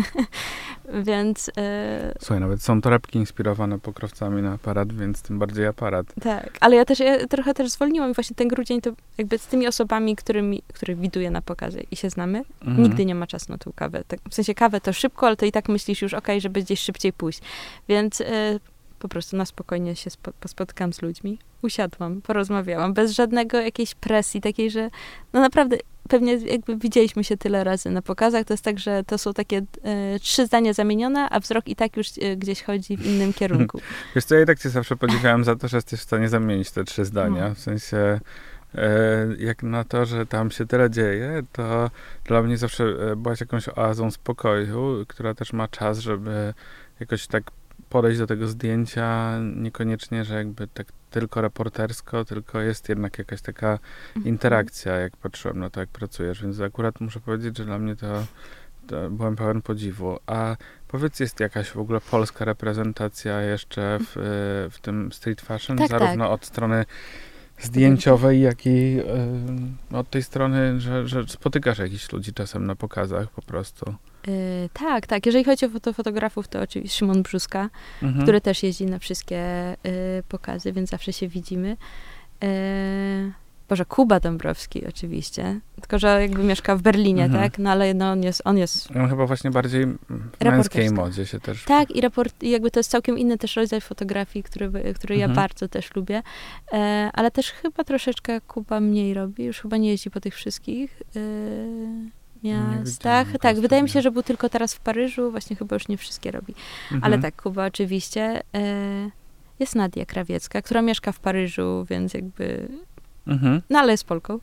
Więc... E... Słuchaj, nawet są torebki inspirowane pokrowcami na aparat, więc tym bardziej aparat. Tak, ale ja też ja trochę też zwolniłam i właśnie ten grudzień to jakby z tymi osobami, którymi, których widuję na pokazie i się znamy, mhm. nigdy nie ma czasu na tą kawę. Tak, w sensie kawę to szybko, ale to i tak myślisz już, okej, okay, żeby gdzieś szybciej pójść. Więc... E... po prostu na spokojnie się spo, spotkałam z ludźmi, usiadłam, porozmawiałam, bez żadnego jakiejś presji takiej, że no naprawdę, pewnie jakby widzieliśmy się tyle razy na pokazach, to jest tak, że to są takie e, trzy zdania zamienione, a wzrok i tak już e, gdzieś chodzi w innym kierunku. Wiesz co, ja i tak cię zawsze podziwiałem za to, że jesteś w stanie zamienić te trzy zdania, no. w sensie e, jak na to, że tam się tyle dzieje, to dla mnie zawsze byłaś jakąś oazą spokoju, która też ma czas, żeby jakoś tak podejść do tego zdjęcia, niekoniecznie, że jakby tak tylko reportersko, tylko jest jednak jakaś taka mhm. interakcja, jak patrzyłem na to, jak pracujesz, więc akurat muszę powiedzieć, że dla mnie to, to byłem pełen podziwu. A powiedz, jest jakaś w ogóle polska reprezentacja jeszcze w, w tym street fashion, tak, zarówno tak. od strony zdjęciowej, jak i y, od tej strony, że, że spotykasz jakichś ludzi czasem na pokazach po prostu. Yy, tak, tak. Jeżeli chodzi o foto, fotografów, to oczywiście Szymon Brzuska, mhm. który też jeździ na wszystkie y, pokazy, więc zawsze się widzimy. Yy, Boże, Kuba Dąbrowski oczywiście, tylko że jakby mieszka w Berlinie, mhm. tak? No ale no, on jest... On, jest on chyba właśnie bardziej w męskiej modzie się też... Tak, i, raport, i jakby to jest całkiem inny też rodzaj fotografii, który, który mhm. ja bardzo też lubię, e, ale też chyba troszeczkę Kuba mniej robi, już chyba nie jeździ po tych wszystkich e, miastach. Tak, wydaje mi się, że był tylko teraz w Paryżu, właśnie chyba już nie wszystkie robi. Mhm. Ale tak, Kuba oczywiście. E, jest Nadia Krawiecka, która mieszka w Paryżu, więc jakby... Mhm. No, ale jest Polką.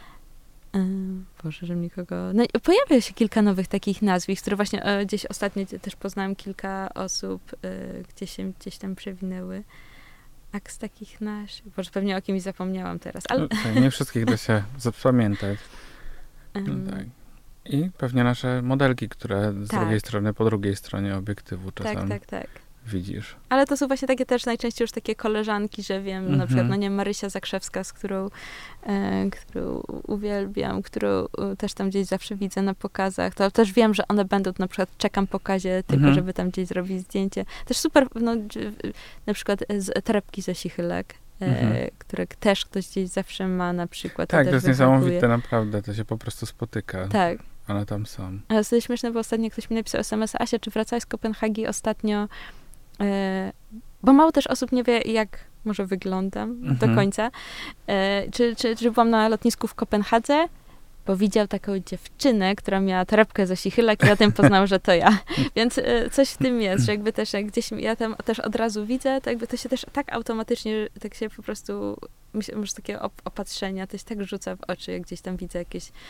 Um, Boże, że nikogo... No, pojawia się kilka nowych takich nazwisk, które właśnie e, gdzieś ostatnio też poznałam kilka osób, e, gdzieś się gdzieś tam przewinęły. A z takich naszych... Boże, pewnie o kimś zapomniałam teraz, ale... No, nie wszystkich da się zapamiętać. No, um, tak. I pewnie nasze modelki, które z tak. drugiej strony, po drugiej stronie obiektywu czasem tak, tak, tak. widzisz. Ale to są właśnie takie też najczęściej już takie koleżanki, że wiem, mm-hmm. na przykład, no nie, Marysia Zakrzewska, z którą, e, którą uwielbiam, którą też tam gdzieś zawsze widzę na pokazach, to też wiem, że one będą, na przykład czekam pokazie tylko, mm-hmm. żeby tam gdzieś zrobić zdjęcie. Też super, no na przykład z torebki ze Sichylek, e, mm-hmm. które też ktoś gdzieś zawsze ma na przykład. Tak, to, to jest niesamowite, naprawdę, to się po prostu spotyka. Tak. One tam są. Ale to jest śmieszne, bo ostatnio ktoś mi napisał es em es: Asia, czy wracałeś z Kopenhagi ostatnio? E, bo mało też osób nie wie, jak może wyglądam mhm. do końca. E, czy, czy, czy byłam na lotnisku w Kopenhadze, bo widział taką dziewczynę, która miała torebkę ze Sichylek i o tym poznał, że to ja. Więc e, coś w tym jest, że jakby też jak gdzieś ja tam też od razu widzę, to jakby to się też tak automatycznie, tak się po prostu, myślę, może takie op- opatrzenia, to się tak rzuca w oczy, jak gdzieś tam widzę jakieś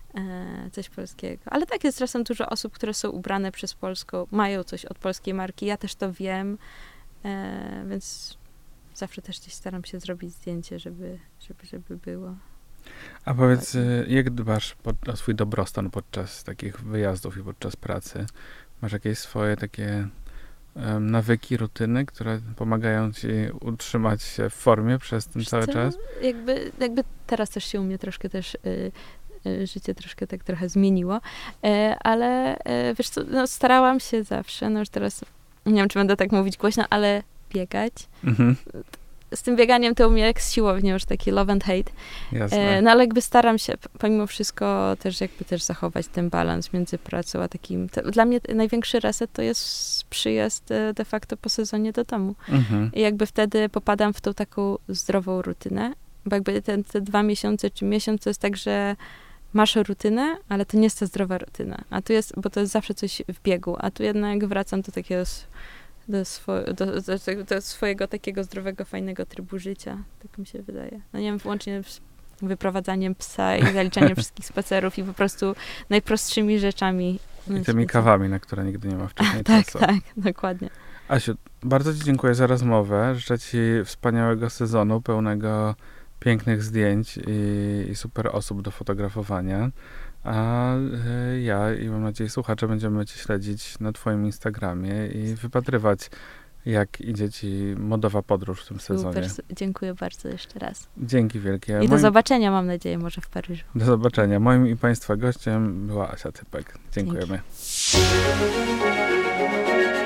e, coś polskiego. Ale tak, jest czasem dużo osób, które są ubrane przez polską, mają coś od polskiej marki. Ja też to wiem, e, więc zawsze też gdzieś staram się zrobić zdjęcie, żeby, żeby, żeby było. A powiedz, jak dbasz pod, o swój dobrostan podczas takich wyjazdów i podczas pracy? Masz jakieś swoje takie um, nawyki, rutyny, które pomagają ci utrzymać się w formie przez ten Wiesz cały co? czas? Jakby, jakby teraz też się u mnie troszkę też y, y, życie troszkę tak trochę zmieniło, y, ale y, wiesz co, no, starałam się zawsze, no już teraz nie wiem, czy będę tak mówić głośno, ale biegać. Mhm. Z tym bieganiem to u mnie jak z siłownią, już taki love and hate. Jasne. E, no ale jakby staram się pomimo wszystko też jakby też zachować ten balans między pracą a takim... To, dla mnie największy reset to jest przyjazd e, de facto po sezonie do domu. Mhm. I jakby wtedy popadam w tą taką zdrową rutynę, bo jakby te, te dwa miesiące czy miesiąc to jest tak, że masz rutynę, ale to nie jest ta zdrowa rutyna. A tu jest, bo to jest zawsze coś w biegu, a tu jednak wracam do takiego... Do, swo- do, do, do swojego takiego zdrowego, fajnego trybu życia. Tak mi się wydaje. No nie wiem, włącznie z wyprowadzaniem psa i zaliczaniem wszystkich spacerów i po prostu najprostszymi rzeczami. I tymi kawami, na które nigdy nie ma wcześniej tak, czasu. Tak, dokładnie. Asiu, bardzo ci dziękuję za rozmowę. Życzę ci wspaniałego sezonu, pełnego pięknych zdjęć i, i super osób do fotografowania. A y, ja i mam nadzieję słuchacze będziemy cię śledzić na twoim Instagramie i wypatrywać, jak idzie ci modowa podróż w tym sezonie. Super, dziękuję bardzo jeszcze raz. Dzięki wielkie. I Moim... do zobaczenia, mam nadzieję, może w Paryżu. Do zobaczenia. Moim i państwa gościem była Asia Typek. Dziękujemy. Dzięki.